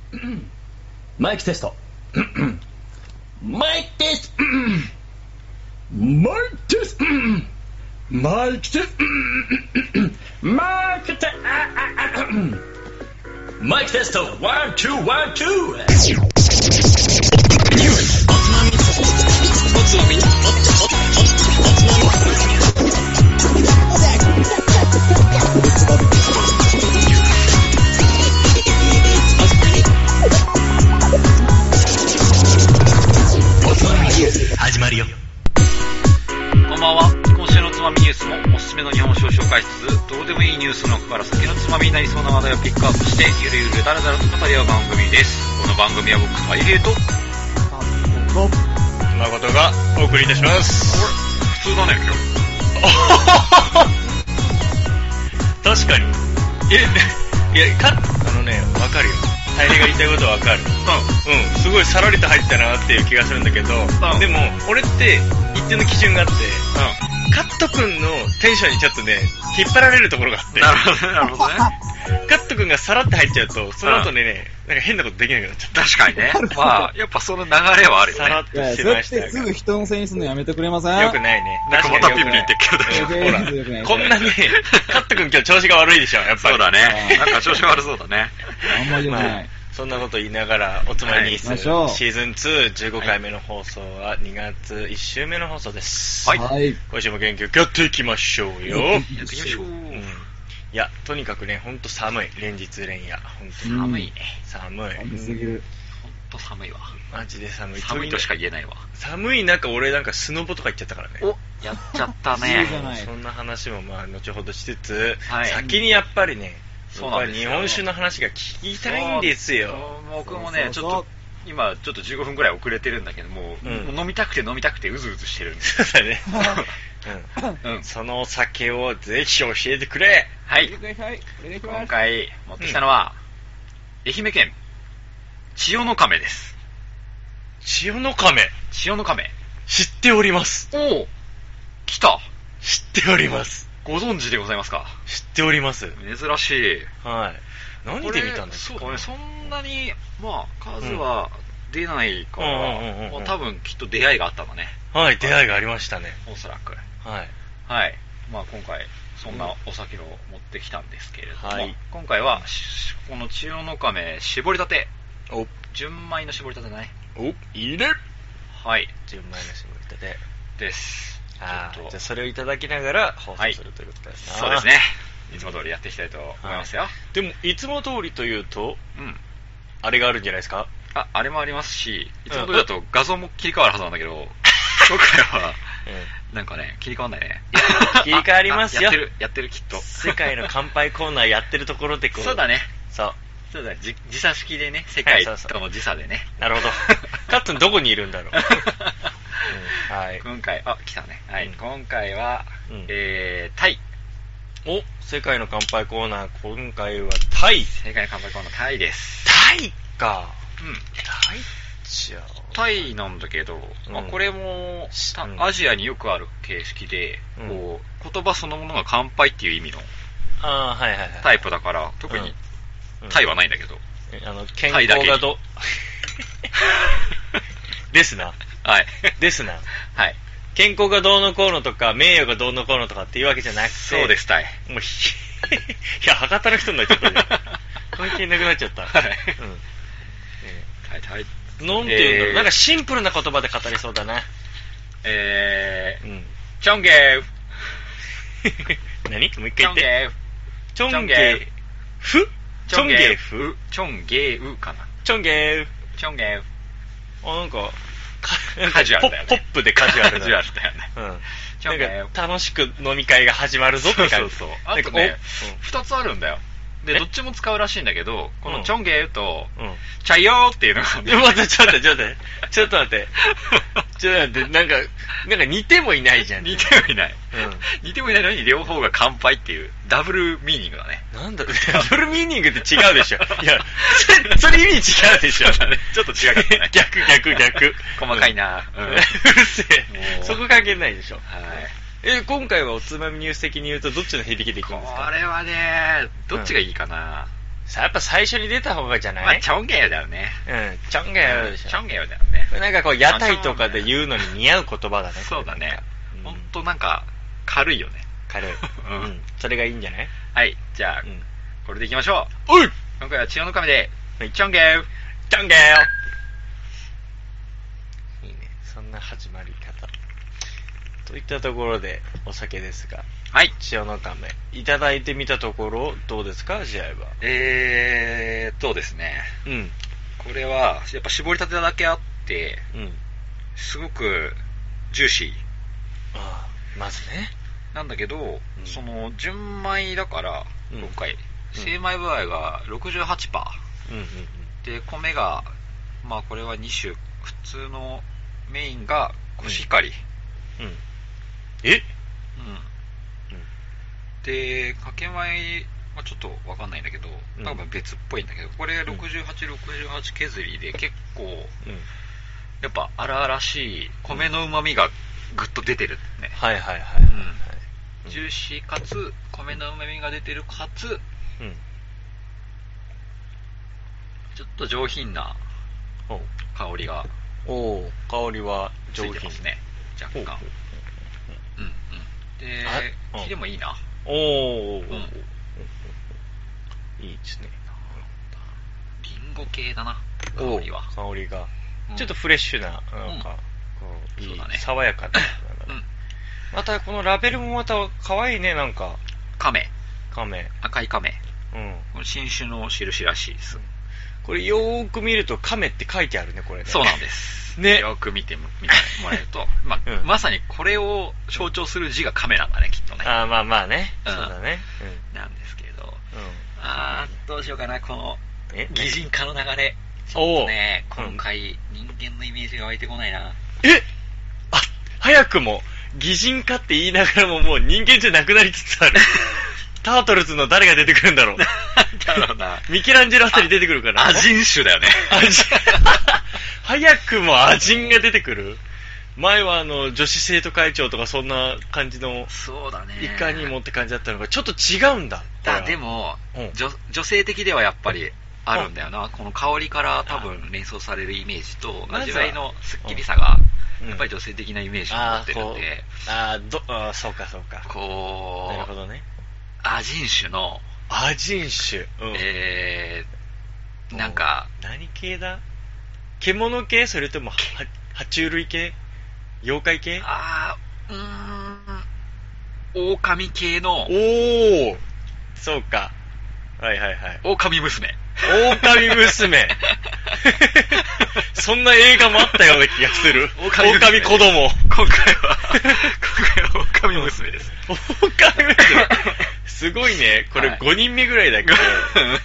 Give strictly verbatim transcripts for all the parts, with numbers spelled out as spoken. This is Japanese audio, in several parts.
マイクテストマイクテストマイクテストマイクテストマイクテストマイクテストワンツーワンツーニュースおつまみおつまみおつまみ始まるよ。 こんばんは。今週のつまみニュースもおすすめの日本酒を紹介しつつ、どうでもいいニュースの中から先のつまみになりそうな話題をピックアップして、ゆるゆるだらだらと語り合う番組です。この番組は僕、たい平と誠がお送りいたします。 これ、普通だね、 今日。確かに。え、いや、か、あのね、わかるよ。大平が言いたいことはわかる。うん。うん。すごいさらりと入ったなっていう気がするんだけど、うん、でも、俺って一定の基準があって、うん、カット君のテンションにちょっとね、引っ張られるところがあって。 なるほどね、なるほどね。 カット君がさらって入っちゃうと、その後でね、うん、なんか変なことできなくなっちゃった。 確かにね。まあ、やっぱその流れはあるよね。 さらっとしてましたよ。 それってすぐ人のせいにするのやめてくれません？ よくないね。 なんかまたピンピン言ってっけど、 ほら、こんなね、カット君今日調子が悪いでしょ、やっぱり。 そうだね。なんか調子悪そうだね。 あんまり良くない。 そんなこと言いながら、おつまみニュース、 はい、 シーズンツー、じゅうごかいめの放送はにがついっ週目の放送です。 はい。 今週も元気よくやっていきましょうよ。 やっていきましょう。うん、 いや、とにかくね、ほんと寒い。連日連夜。ほんと寒いね。 寒い。 寒すぎる。 ほんと寒いわ。 マジで寒い。 寒いとしか言えないわ。 寒い中、俺なんかスノボとか行っちゃったからね。 お、やっちゃったね。 そんな話もまあ、後ほどしつつ、 はい、 先にやっぱりね、 そうなんですよ。 日本酒の話が聞きたいんですよ。 僕もね、ちょっと、今、ちょっとじゅうごふんくらい遅れてるんだけども、うん、もう飲みたくて飲みたくてうずうずしてるんですよ。そうだね。うんうん、そのお酒をぜひ教えてくれ。 はい。今回持ってきたのは、うん、愛媛県、千代の亀です。 千代の亀千代の亀。 知っております。 おお、来た。 知っております。 ご存知でございますか？ 知っております。 珍しい。 はい。何で見たんですか？ これそんなに、まあ、数は出ないから、多分きっと出会いがあったんだね。 はい、出会いがありましたね。 おそらく。 はい。 はい。まあ今回、そんなお酒を持ってきたんですけれども、 はい、 今回は、この千代の亀絞りたて。 お、 純米の絞りたてだね。 お、いいね。 はい。 純米の絞りたて。 です。 ああ、じゃあそれをいただきながら放送するということですね。 そうですね。いつも通りやっていきたいと思いますよ。はい、 でも、いつも通りというと、 うん。 あれがあるんじゃないですか？ あ、あれもありますし、いつも通りだと画像も切り替わるはずなんだけど、今回は、うん、なんかね、切り替わんないね。 切り替わりますよ。 やってる、やってるきっと。 世界の乾杯コーナーやってるところでこう。 そうだね。 そう。 そうだね。時差式でね、世界との時差でね。 なるほど。カットンどこにいるんだろう。 うん、はい。今回、あ、来たね。はい。うん、今回は、うん、えー、タイ。 お、世界の乾杯コーナー、今回はタイ。 世界の乾杯コーナー、タイです。 タイか。 うん。 タイじゃタイなんだけど、うん、まあ、これも、うん、アジアによくある形式で、うん、こう、言葉そのものが乾杯っていう意味の、 あ、はいはいはい、 タイプだから、特に、うん、タイはないんだけど。 あの、健康がど、ですな。 はい。 ですな。 はい。 健康がどうのこうのとか、名誉がどうのこうのとかっていうわけじゃなくて。 そうです、タイ。 もうひ、いや、博多の人になっちゃったじゃん。関係なくなっちゃった。 はい。うん。タイ、タイ。 なんていうんだろう、えー、なんかシンプルな言葉で語りそうだな。 えー、うん。チョンゲーフ。何もう一回言って。 チョンゲーフ。チョンゲーフ。 チョンゲーウかな。 チョンゲーフ。 チョンゲーフ。 あ、なんか、 カジュアルだよね。 ポップでカジュアルだよね。 カジュアルだよね。 うん。なんか、楽しく飲み会が始まるぞって感じ。 そうそうそう。あとね、二つあるんだよ。で、どっちも使うらしいんだけど、このチョンゲーと、チャイヨーっていうのが、 待って、ちょっと待って、ちょっと待って。ちょっと待って。ちょっと待って、なんか、なんか似てもいないじゃん。 似てもいない。うん。似てもいないのに両方が乾杯っていう、ダブルミーニングだね。 なんだろう、ダブルミーニングって違うでしょ。いや、それ意味違うでしょ。 ちょっと違うけどね。 逆、逆、逆。 細かいな。 うん。うるせえ。そこ関係ないでしょ。 はい。 え、今回はおつまみニュース的に言うとどっちの響きでいくんですか？ これはね、どっちがいいかな。 さやっぱ最初に出た方がじゃない？ まあ、チョンゲヨだよね。 うん、チョンゲヨでしょ。 チョンゲヨだよね。 なんかこう、屋台とかで言うのに似合う言葉だね。 そうだね。 うん、 ほんとなんか、軽いよね。 軽い。 うん、 うん。それがいいんじゃない？ はい、じゃあ、うん、これでいきましょう。 おい！ 今回は千代の神で、チョンゲヨチョンゲヨいいね。そんな始まり方。といったところで、お酒ですが。 はい。 千代の亀。いただいてみたところ、どうですか、試合は。 えーっとですね。 うん。 これは、やっぱ絞りたてだけあって、うん。すごく、ジューシー。 ああ、まずね。 なんだけど、うん、その、純米だから、今回、うん、精米部合が ろくじゅうはちパーセント。うんうんうん。で、米が、まあこれはに種、普通のメインがコシヒカリ。うん。うん、えうん。で、かけ米はちょっとわかんないんだけど、多分別っぽいんだけど、これろくじゅうはち、ろくじゅうはち削りで結構、うん、やっぱ荒々しい米の旨味がぐっと出てるね。 はいはいはい、うん。 ジューシーかつ、米の旨味が出てるかつ、うん、ちょっと上品な香りが。 おお、香りは上品ですね。若干。うんうん。で、切れもいいな。おー、うん、 いいですね。 リンゴ系だな、香りは。 香りが、うん、ちょっとフレッシュな、なんか、うん、こういい、ね、爽やかな、うん。またこのラベルもまた可愛いね、なんか。 亀。 亀。 赤い亀。うん。これ新種の印らしいです。 これよーく見ると亀って書いてあるね、これね。 そうなんです。ね、よく見てもらえると、まあうん、まさにこれを象徴する字が亀なんだね、きっとね。 ああ、まあまあね。うん、そうだね。 うん、なんですけど、うん、あー、どうしようかな、この擬人化の流れ。ちょっとね、今回、人間のイメージが湧いてこないな。 えあ、早くも、擬人化って言いながらももう人間じゃなくなりつつある。タートルズの誰が出てくるんだろう。 だろうな。 ミケランジェロあたり出てくるから。 アジン種だよね。 アジン。早くもアジンが出てくる。前はあの女子生徒会長とかそんな感じの、 そうだね。 いかにもって感じだったのがちょっと違うんだ。 だでも、うん、女, 女性的ではやっぱりあるんだよな。この香りから多分連想されるイメージと味わいのスッキリさが、やっぱり女性的なイメージを持ってるんで。 あー、どあーそうかそうか。 こう。 なるほどね。 アジン種のアジン種、 うん、えー、なんか何系だ？獣系？それともは爬虫類系？妖怪系？ あー、うーん、狼系の。 おー、そうか。はいはいはい。 狼娘。 狼娘。そんな映画もあったような気がする。狼子供。 今回は、今回は狼娘です。 狼娘。すごいね。これごにんめぐらいだけど、はい、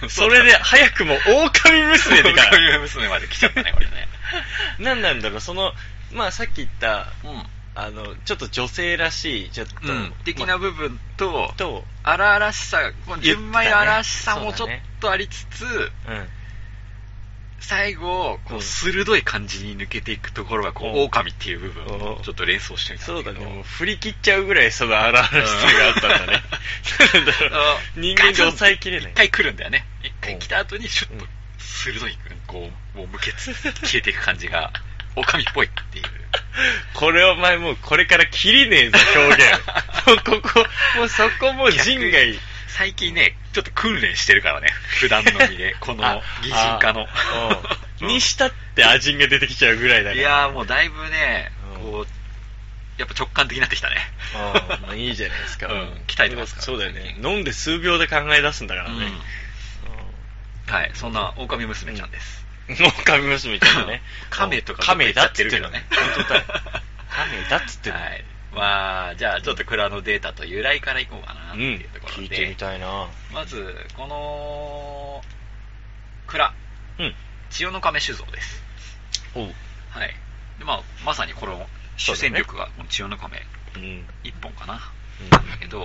それで早くも狼娘でか狼娘まで来ちゃったね、これね。 何なんだろう、その、まあさっき言った、うん、あの、ちょっと女性らしい、ちょっと、うん、 的な部分と、と荒々しさ、この純米の荒々しさもちょっとありつつ、ねうん、最後、こう鋭い感じに抜けていくところが、こう、狼っていう部分をちょっと連想してみたんだけど。 そうだね、もう振り切っちゃうぐらいその荒々しさがあったんだね。人間で抑えきれない。 一回来るんだよね。一回来た後にシュッと鋭い、こう、もう無血、消えていく感じが、狼っぽいっていう。 これお前もうこれから切りねえぞ、表現。もうここ、もうそこも人外。 最近ね、ちょっと訓練してるからね。普段のみで、この擬人化の。 にしたってアジンが出てきちゃうぐらいだから。 いやーもうだいぶね、こう、やっぱ直感的になってきたね。 あまあいいじゃないですか。うん、 鍛えてますから。 そうだよね。飲んで数秒で考え出すんだからね。 うん、はい、そんな狼娘ちゃんです。 狼娘ちゃんね。 亀とか亀だっつってるね。本当だよ。亀だっつってる。 はい。まあ、じゃあちょっと蔵のデータと由来からいこうかなっていうところで、うん、聞いてみたいな。 まずこの蔵、うん、千代の亀酒造です。おう、はい。でまあまさにこの主戦力がこの千代の亀一本かな、うん、なんだけど、うん、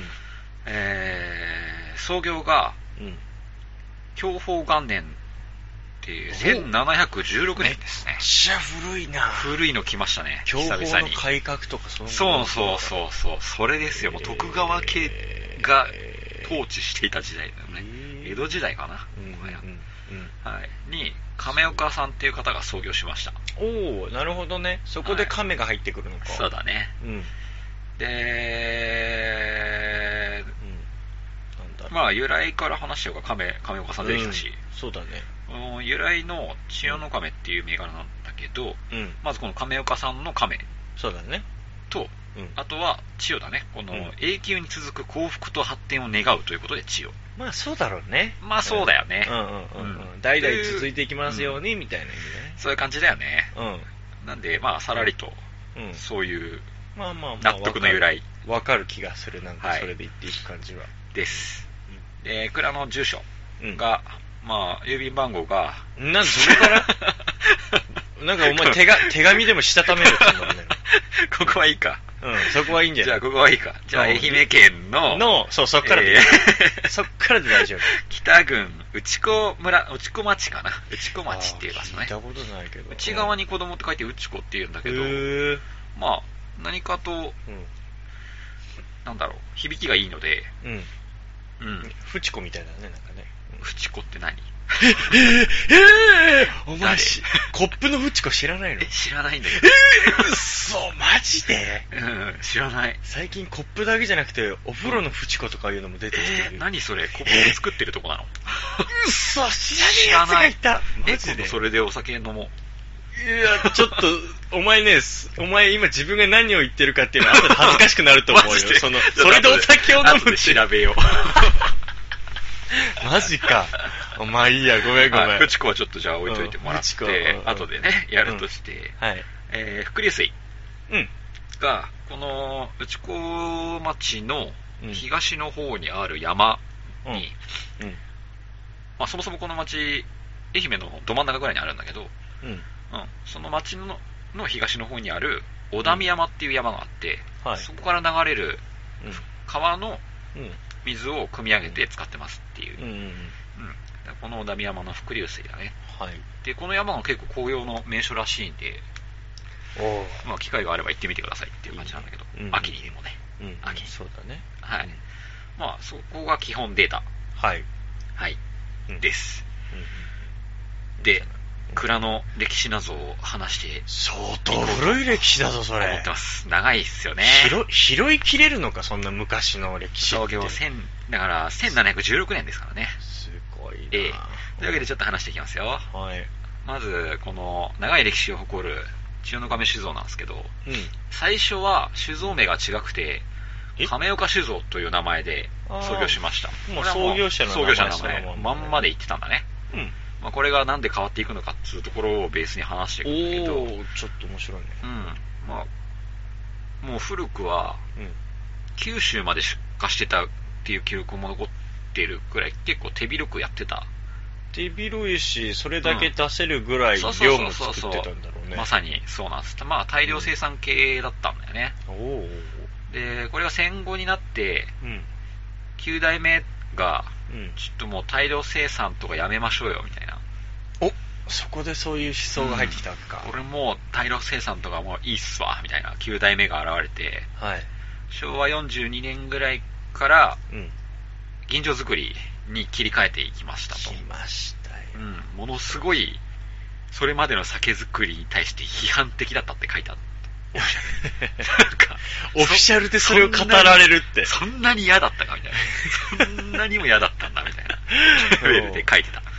えー、創業が、うん、享保元年っていうせんななひゃくじゅうろくねんですね。 めっちゃ古いな。 古いの来ましたね。 享保の改革とかそうそうそうそうそう。それですよ。もう徳川家が統治していた時代だよね。 江戸時代かな、 うんうんうんはい、に亀岡さんっていう方が創業しました。 おお、なるほどね。そこで亀が入ってくるのか。 はい、そうだね。 うん、 で、うん、なんだろう、まあ由来から話しようか。亀亀岡さん出てきたし、 うん、そうだね。 由来の千代の亀っていう銘柄なんだけど、うん、まずこの亀岡さんの亀、 そうだね、 と、うん、あとは千代だね。この永久に続く幸福と発展を願うということで千代。 まあそうだろうね。 まあそうだよね。 うんうんうんうん。代々続いていきますようにみたいな意味ね。 そういう感じだよね。 うん。 なんでまあさらりと、うん、そういうまあまあ納得の由来。 わかる気がする。なんかそれで言っていく感じは。はい、 です。うん、で蔵の住所が、うん、まあ郵便番号がなんでそこからなんかお前手が手紙でもしたためるって言うんだね。 ここはいいか。 うん、そこはいいんじゃない。 じゃあここはいいか。じゃあ愛媛県ののそうそっからで、えー、そっからで大丈夫。 北郡内子村内子町かな。内子町っていう場所ね。 聞いたことないけど。 内側に子供って書いて内子っていうんだけど、まあ何かと、うん、なんだろう響きがいいので、うんうん。フチコみたいだねなんかね。 フチコって何？ えええー、お前しコップのフチコ知らないの？ え知らないんだけど。 えー、うっそマジで？ うん知らない。 最近コップだけじゃなくてお風呂のフチコとかいうのも出てきてる。 えー、何それ？コップで作ってるとこなの？ うっそ知らねえやつがいた。マジで？ それでお酒飲もう。 いやちょっとお前ねお前今自分が何を言ってるかっていうのは後で恥ずかしくなると思うよ。そのそれでお酒を飲むって調べよう。 マジか。お前いいや、ごめんごめん。 フチコはちょっとじゃあ置いといてもらって、うん、後でね、やるとして、 うん、はい。 えー、伏流水が、この内子町の東の方にある山に、うんうん、まあそもそもこの町、愛媛のど真ん中ぐらいにあるんだけど、うんうん、その町 の, の東の方にある小田見山っていう山があって、うんはい、そこから流れる川の水を汲み上げて使ってますっていう、うんうんうんうん、この小田見山の伏流水だね、はい、でこの山が結構紅葉の名所らしいんで、まあ、機会があれば行ってみてくださいっていう感じなんだけど、いいね、秋にでもね、 うん、秋にそうだね、 はい、まあそこが基本データはいはい、うん、です、うんうん、で蔵の歴史などを話して相当古い歴史だぞそれ思ってます。長いっすよね。 拾いきれるのかそんな昔の歴史って。 創業せんだからせんななひゃくじゅうろくねんですからね。 すごいな、 えー、というわけでちょっと話していきますよ。 はい。 まずこの長い歴史を誇る千代の亀酒造なんですけど、うん、最初は酒造名が違くて亀岡酒造という名前で創業しました。 もう創業者の名前、 創業者の名前まんまで言ってたんだね。うん。まあ、これがなんで変わっていくのかっていうところをベースに話していくんだけど、 おーちょっと面白いね。 うん。まあもう古くは、うん、九州まで出荷してたっていう記録も残っているくらい結構手広くやってた。 手広いしそれだけ出せるぐらい量も作ってたんだろうね。 まさにそうなんです。まあ大量生産系だったんだよね。 うん、おでこれが戦後になって、うん、きゅう代目がうん、ちょっともう大量生産とかやめましょうよみたいな。 おそこでそういう思想が入ってきたわけか、 うん、俺もう大量生産とかもういいっすわみたいなきゅう代目が現れて、はい、しょうわよんじゅうにねんぐらいから、うん、吟醸作りに切り替えていきましたと。 きましたよ、 うん、ものすごいそれまでの酒造りに対して批判的だったって書いてあった。オフィシャルなんかオフィシャルでそれを語られるってそんなに嫌だったかみたいなそんなにも嫌だったんだみたいなレベルで書いてた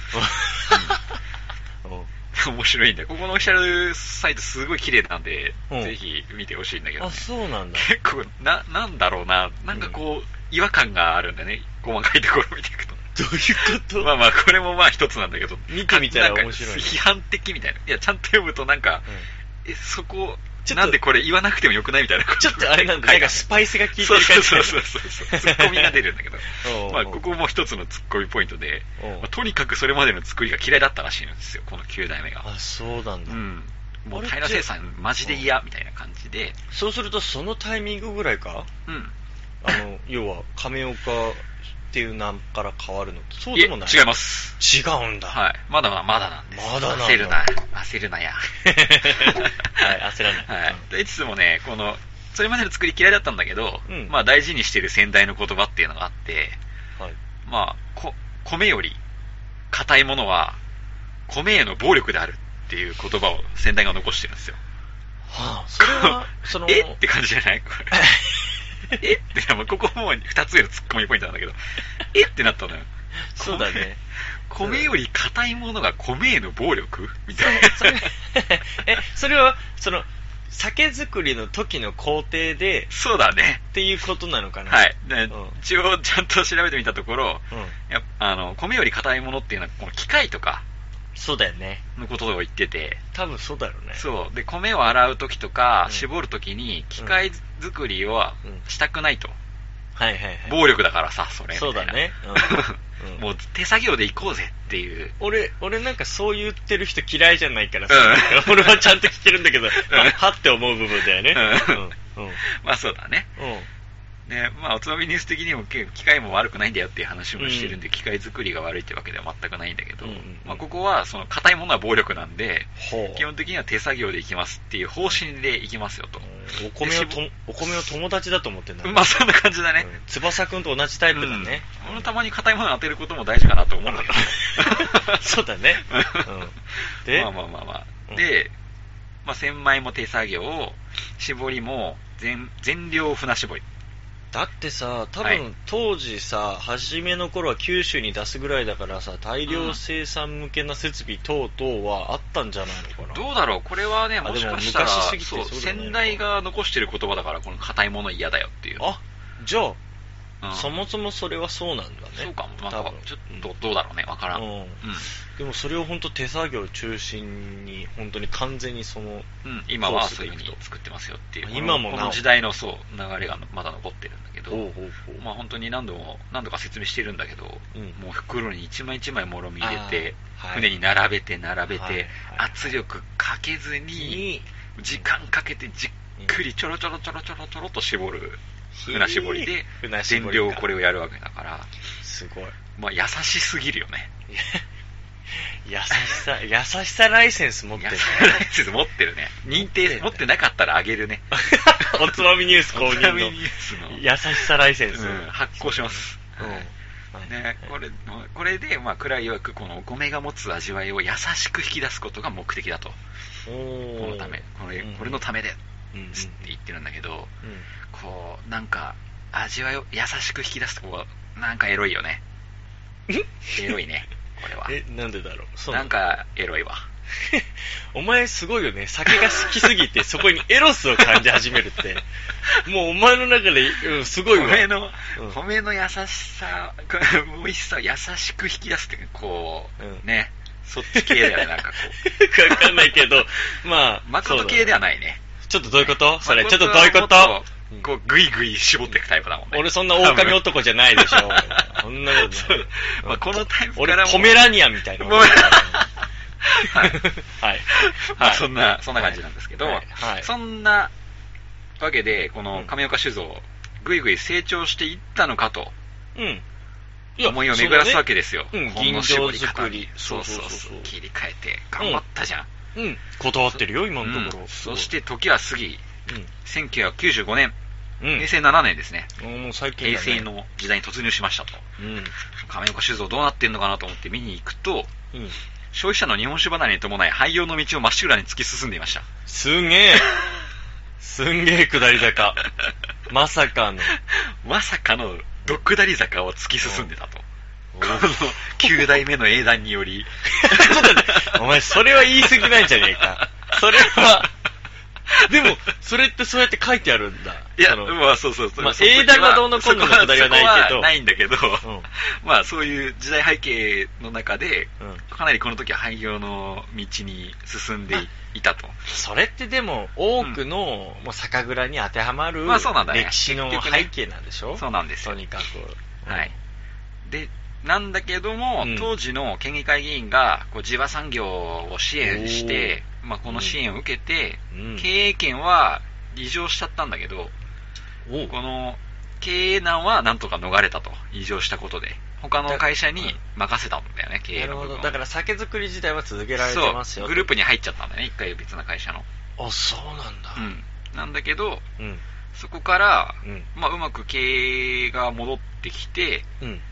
うん、面白いんだよ。ここのオフィシャルサイトすごい綺麗なんでぜひ見てほしいんだけど、ね、 あそうなんだ。 結構な、なんだろうななんかこう、うん、違和感があるんだね細かいところを見ていくと。 どういうこと？ まあまあこれもまあ一つなんだけど見てみたら面白い、ね、 批判的みたいな。いやちゃんと読むとなんか、うん、えそこなんでこれ言わなくてもよくないみたいな。 ちょっとあれなんだ、なんかスパイスが効いてる感じ。 そうそうそうそうそう。ツッコミが出るんだけど。まあここも一つのツッコミポイントで、まあ、とにかくそれまでの作りが嫌いだったらしいんですよ、このきゅう代目が。 あ、そうなんだ。うん。 もう平良生産マジで嫌みたいな感じで。 そうするとそのタイミングぐらいか？うん。あの、要は亀岡っていう名から変わるのってそうでもない？ 違います。 違うんだ。 はい。まだまだなんです。 まだなんだ。 焦るな。焦るなや。 はい、焦らない。 はい。でいつもね、この、それまでの作り嫌いだったんだけど、うん、まあ大事にしてる先代の言葉っていうのがあって、はい、まあ、こ、 米より硬いものは米への暴力であるっていう言葉を先代が残してるんですよ。 はあ、それはそのえって感じじゃないこれえって、ここもう二つ目のツッコミポイントなんだけど、えってなったのよ。 そうだね。 米より硬いものが米への暴力みたいな。 それえ、それはその酒造りの時の工程で、 そうだねっていうことなのかな。 はい。で、 うん、 一応ちゃんと調べてみたところ、 うん、 やあの米より硬いものっていうのはこの機械とかそうだよねのことを言ってて、 多分そうだろうね。 そうで、米を洗う時とか、 うん、 絞る時に機械作りはしたくないと、 うん、はいはいはい、 暴力だからさそれみたいな。 そうだね、 うん、もう手作業で行こうぜっていう。 俺俺なんかそう言ってる人嫌いじゃないからさ、うん、俺はちゃんと聞けるんだけど、まあ、はって思う部分だよね。うん、うん、 まあそうだね。うんで、まあ、おつまみニュース的にも機械も悪くないんだよっていう話もしてるんで、うん、機械作りが悪いってわけでは全くないんだけど、うんうんうん、まあ、ここはその硬いものは暴力なんで、基本的には手作業でいきますっていう方針でいきますよと。 お米をとお米を友達だと思ってんだ、 ね、まあそんな感じだね。 うん、翼くんと同じタイプだね。 うん、俺たまに硬いものを当てることも大事かなと思うんだけど。 そうだね。うん、 で、まあまあまあまあ。うん、で、まあ、千枚も手作業、絞りも全全量船絞り。 だってさ、多分当時さ、初めの頃は九州に出すぐらいだからさ、大量生産向けな設備等々はあったんじゃないのかな。 どうだろう、これはね、もしかしたらそう先代が残してる言葉だから、この硬いもの嫌だよっていう。 あ、じゃあ、うん、そもそもそれはそうなんだね。 そうかも、なんかちょっとどうだろうね、わからん。うんうん、 でもそれを本当手作業中心に本当に完全にその、 うん、今はそういう風に作ってますよっていう。 今もこの時代のそう流れがまだ残ってるんだけど、ほうほうほう、まあ本当に何度も何度か説明してるんだけど、うん、もう袋に一枚一枚もろみ入れて、はい、船に並べて並べて、はいはい、圧力かけずに時間かけてじっくりちょろちょろちょろちょろちょろと絞る。船絞りで全量これをやるわけだから、 すごい、 まあ優しすぎるよね。 優しさ優しさライセンス持ってるね。 優しさライセンス持ってるね。認定持ってなかったらあげるね。 おつまみニュース公認のおつまみニュースの優しさライセンス、 うん、発行します。うんね、これこれでまあ蔵曰くこのお米が持つ味わいを優しく引き出すことが目的だと。このためこれ、うん、これのためで、うん、って言ってるんだけど、うん、こうなんか味わいを優しく引き出すとこうなんかエロいよね。エロいねこれは。 え、なんでだろう。 そうなんかエロいわ。 お前すごいよね。酒が好きすぎてそこにエロスを感じ始めるって。もうお前の中で、うん、すごいわ。 米の、うん、米の優しさ、美味しさを優しく引き出すってこう、うん、ね。そっち系だよね、なんかこう。わかんないけど、まあ。 誠系ではないね。 ちょっとどういうこと？それ、ちょっとどういうこと？ こう、ぐいぐい絞っていくタイプだもんね。 俺そんな狼男じゃないでしょ。そんなことない。 まあ、このタイプからも。俺、ポメラニアンみたいな。はい。 はい。まあ、そんな、そんな感じなんですけど、はいはい、そんなわけで、この亀岡酒造、ぐいぐい成長していったのかと、うん。思いを巡らすわけですよ。 うん、吟醸作り。 そうそうそう。切り替えて、頑張ったじゃん。 うん。断ってるよ、今のところ。 そして時は過ぎ、せんきゅうひゃくきゅうじゅうごねん、へいせいななねんですね。 もう最近平成の時代に突入しましたと。亀岡酒造どうなってんのかなと思って見に行くと、消費者の日本酒離れに伴い廃業の道をまっしぐらに突き進んでいました。 すんげえすんげえ下り坂。まさかのまさかのど下り坂を突き進んでたと。このきゅう代目の英断によりちょっとね、お前それは言い過ぎなんじゃねえか。それはでもそれってそうやって書いてあるんだ。 いや、まあそうそうそう。 まあ英断がどうのこうののくだりはないけど、 ないんだけど、うん、まあそういう時代背景の中で、うん、かなりこの時は廃業の道に進んでいたと。 それってでも多くの、うん、もう酒蔵に当てはまる、まあそうなんだね、歴史の背景なんでしょ。 ね、そうなんですよ。 とにかく。 うん、はい。で。なんだけども、うん、当時の県議会議員がこう地場産業を支援して、まあ、この支援を受けて、うん、経営権は移譲しちゃったんだけど、この経営難はなんとか逃れたと。移譲したことで他の会社に任せたんだよね、経営の部分。なるほど。 だから酒造り自体は続けられてますよ。 そう、グループに入っちゃったんだね、一回別な会社の。 あ、そうなんだ。 うん。なんだけど、うん、そこから、うん、まあ、うまく経営が戻ってきて、うん、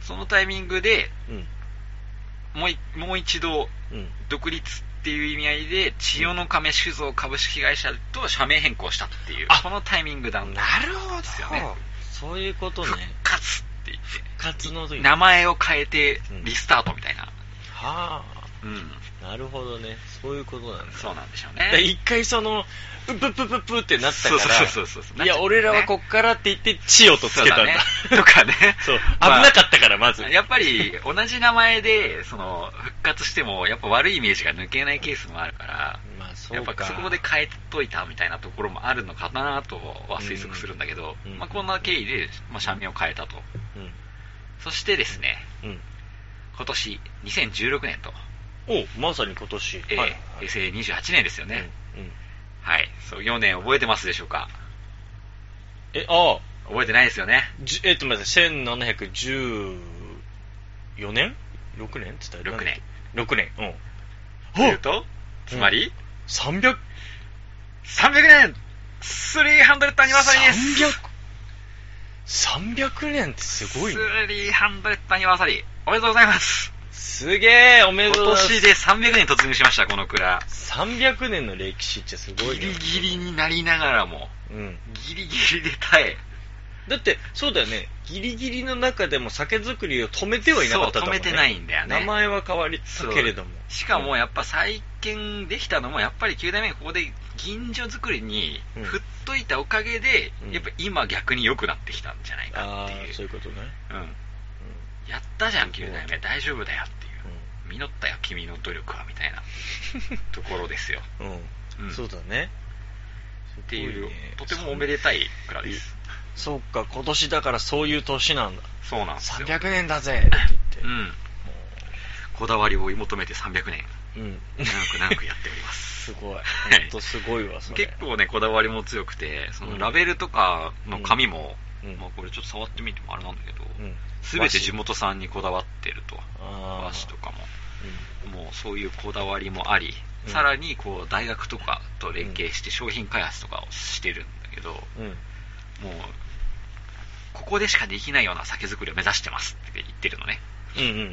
そのタイミングで、 うん、 もうもう一度、うん、独立っていう意味合いで千代の亀酒造株式会社と社名変更したっていう、このタイミングなんですよね。 なるほど、そういうことね。 復活って言って復活の時名前を変えてリスタートみたいな、うん、はあ、うん、なるほどね、そういうことなんだ。 そうなんでしょうね。 一回そのうぷぷぷぷってなったから、 そうそうそうそう、 いや俺らはこっからって言って千代とつけたんだ、 ね、とかねそう、危なかったからまず、 まあ、やっぱり同じ名前でその復活してもやっぱ悪いイメージが抜けないケースもあるから、まあ、そうか、やっぱそこで変えといたみたいなところもあるのかなとは推測するんだけど、うん、まあ、こんな経緯で、まあ、社名を変えたと、うん、そしてですね、うん、今年にせんじゅうろくねんと、 おまさに今年、 えーはいはい、平成にじゅうはちねんですよね、うんうん、はい、そうよねん覚えてますでしょうか。 え、ああ覚えてないですよね。 えっと待って、せんななひゃくじゅうよねん ?ろく 年って言ったらろくねん。 ろくねん。うん。 というと、つまり、うん、 さんびゃく、 さんびゃくねん !さんびゃくアニバーサリーです。 さんびゃく、さんびゃくねんってすごいね。 さんびゃくアニバーサリー。おめでとうございます。 すげえ、おめでとうございます。 今年でさんびゃくねん突入しました、この蔵。 さんびゃくねんの歴史ってすごいね。 ギリギリになりながらも、うん、ギリギリで耐え。 だって、そうだよね、ギリギリの中でも酒造りを止めてはいなかったと思う、ね。 そう、止めてないんだよね。 名前は変わりたけれども。 しかもやっぱ再建できたのも、やっぱりきゅう代目がここで吟醸作りに振っといたおかげで、うん、やっぱ今逆に良くなってきたんじゃないかっていう。 あ、そういうことね。うん。うん、 やったじゃん、きゅう代目。大丈夫だよっていう。うん、実ったよ、君の努力は、みたいなところですよ。 うん。うん、そうだね。 っていう、とてもおめでたい蔵です。 そうか、今年だからそういう年なんだ。 そうなんですよ。 さんびゃくねんだぜって言って。 うん。こだわりを追い求めてさんびゃくねん。うん。長く長くやっております。 すごい。ほんとすごいわ、それ。 結構ね、こだわりも強くて、そのラベルとかの紙も、うん、まあこれちょっと触ってみてもあれなんだけど、すべ、うん、て地元産にこだわってると。和紙とかも、うん。もうそういうこだわりもあり、うん、さらにこう大学とかと連携して商品開発とかをしてるんだけど、うん、もう、ここでしかできないような酒造りを目指してますって言ってるのね。うんうんうんうん、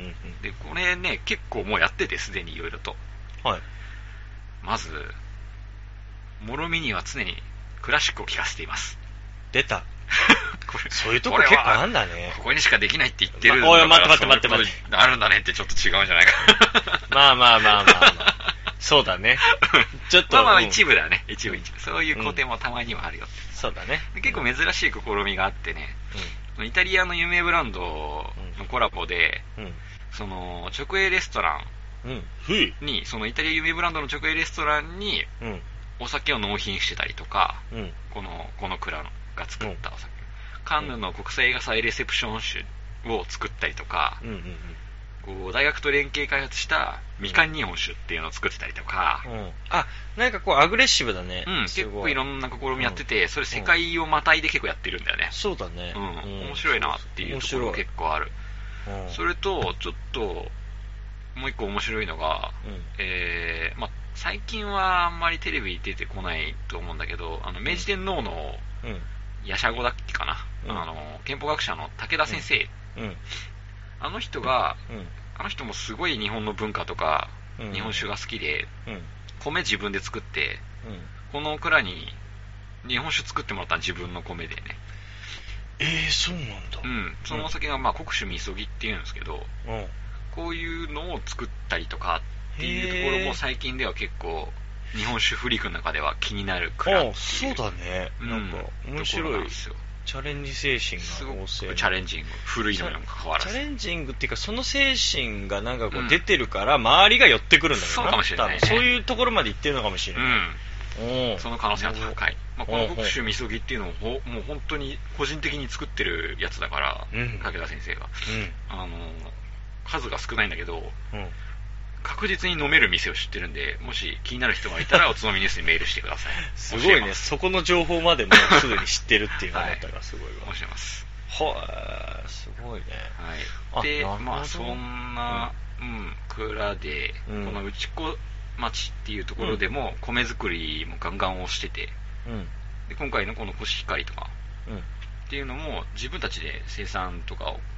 で、これね、結構もうやってて、すでにいろいろと。はい。まず、もろみには常にクラシックを聴かせています。 出た。これそういうとこ結構あんだね。 ここにしかできないって言ってるんだから、おい、待って待って待って待って。 あるんだねってちょっと違うんじゃないか。 まあまあまあまあまあ。そうだね。ちょっと。 まあまあ一部だね。一部一部。そういう工程もたまにはあるよって。 うん、そうだね。 結構珍しい試みがあってね。うん、イタリアの有名ブランドのコラボで、うん、その直営レストランに、うん、そのイタリア有名ブランドの直営レストランに、うん、お酒を納品してたりとか、うん、この、この蔵が作ったお酒。うん、カンヌの国際映画祭レセプション酒を作ったりとか、うんうんうん、こう大学と連携開発したみかん日本酒っていうのを作ってたりとか、うん、 あ、なんかこうアグレッシブだね。 うん、結構いろんな試みやってて、それ世界をまたいで結構やってるんだよね。 そうだね。 うん、面白いなっていうところ結構ある。それと、ちょっと、もう一個面白いのが、うん、えー、まあ、最近はあんまりテレビ出てこないと思うんだけど、あの、明治天皇の、ヤシャゴだっけかな、うん、あの、憲法学者の武田先生、うんうん、あの人が、うんあの人もすごい日本の文化とか、うん、日本酒が好きで、うん、米自分で作って、うん、この蔵に日本酒作ってもらったの自分の米でね。 えー、そうなんだ。 うん。そのお酒がまあ国酒みそぎっていうんですけど、うん、こういうのを作ったりとかっていうところも最近では結構日本酒フリークの中では気になる蔵っていう。あ、 そうだね。なんか面白い。 なんですよ。 チャレンジ精神が旺盛。 すごくチャレンジング。古いのにもかかわらず。 チャレンジングっていうか、その精神がなんかこう出てるから、周りが寄ってくるんだよな。 そうかもしれない、ね。 そういうところまで行ってるのかもしれない。 うん。その可能性は高い。まあ、この国酒みそぎっていうのをほもう本当に個人的に作ってるやつだから、うん、武田先生が、うん。あの、数が少ないんだけど、うん確実に飲める店を知ってるんで、もし気になる人がいたらおつまみニュースにメールしてください。 すごいね、そこの情報までもうすでに知ってるっていうのだったらすごいわ。 教えます。 はぁ、すごいね。 はい。で、まあそんな、うん、蔵で、うん、この内子町っていうところでも米作りもガンガンをしてて、うん、で今回のこのコシヒカリとか、うん、っていうのも自分たちで生産とかを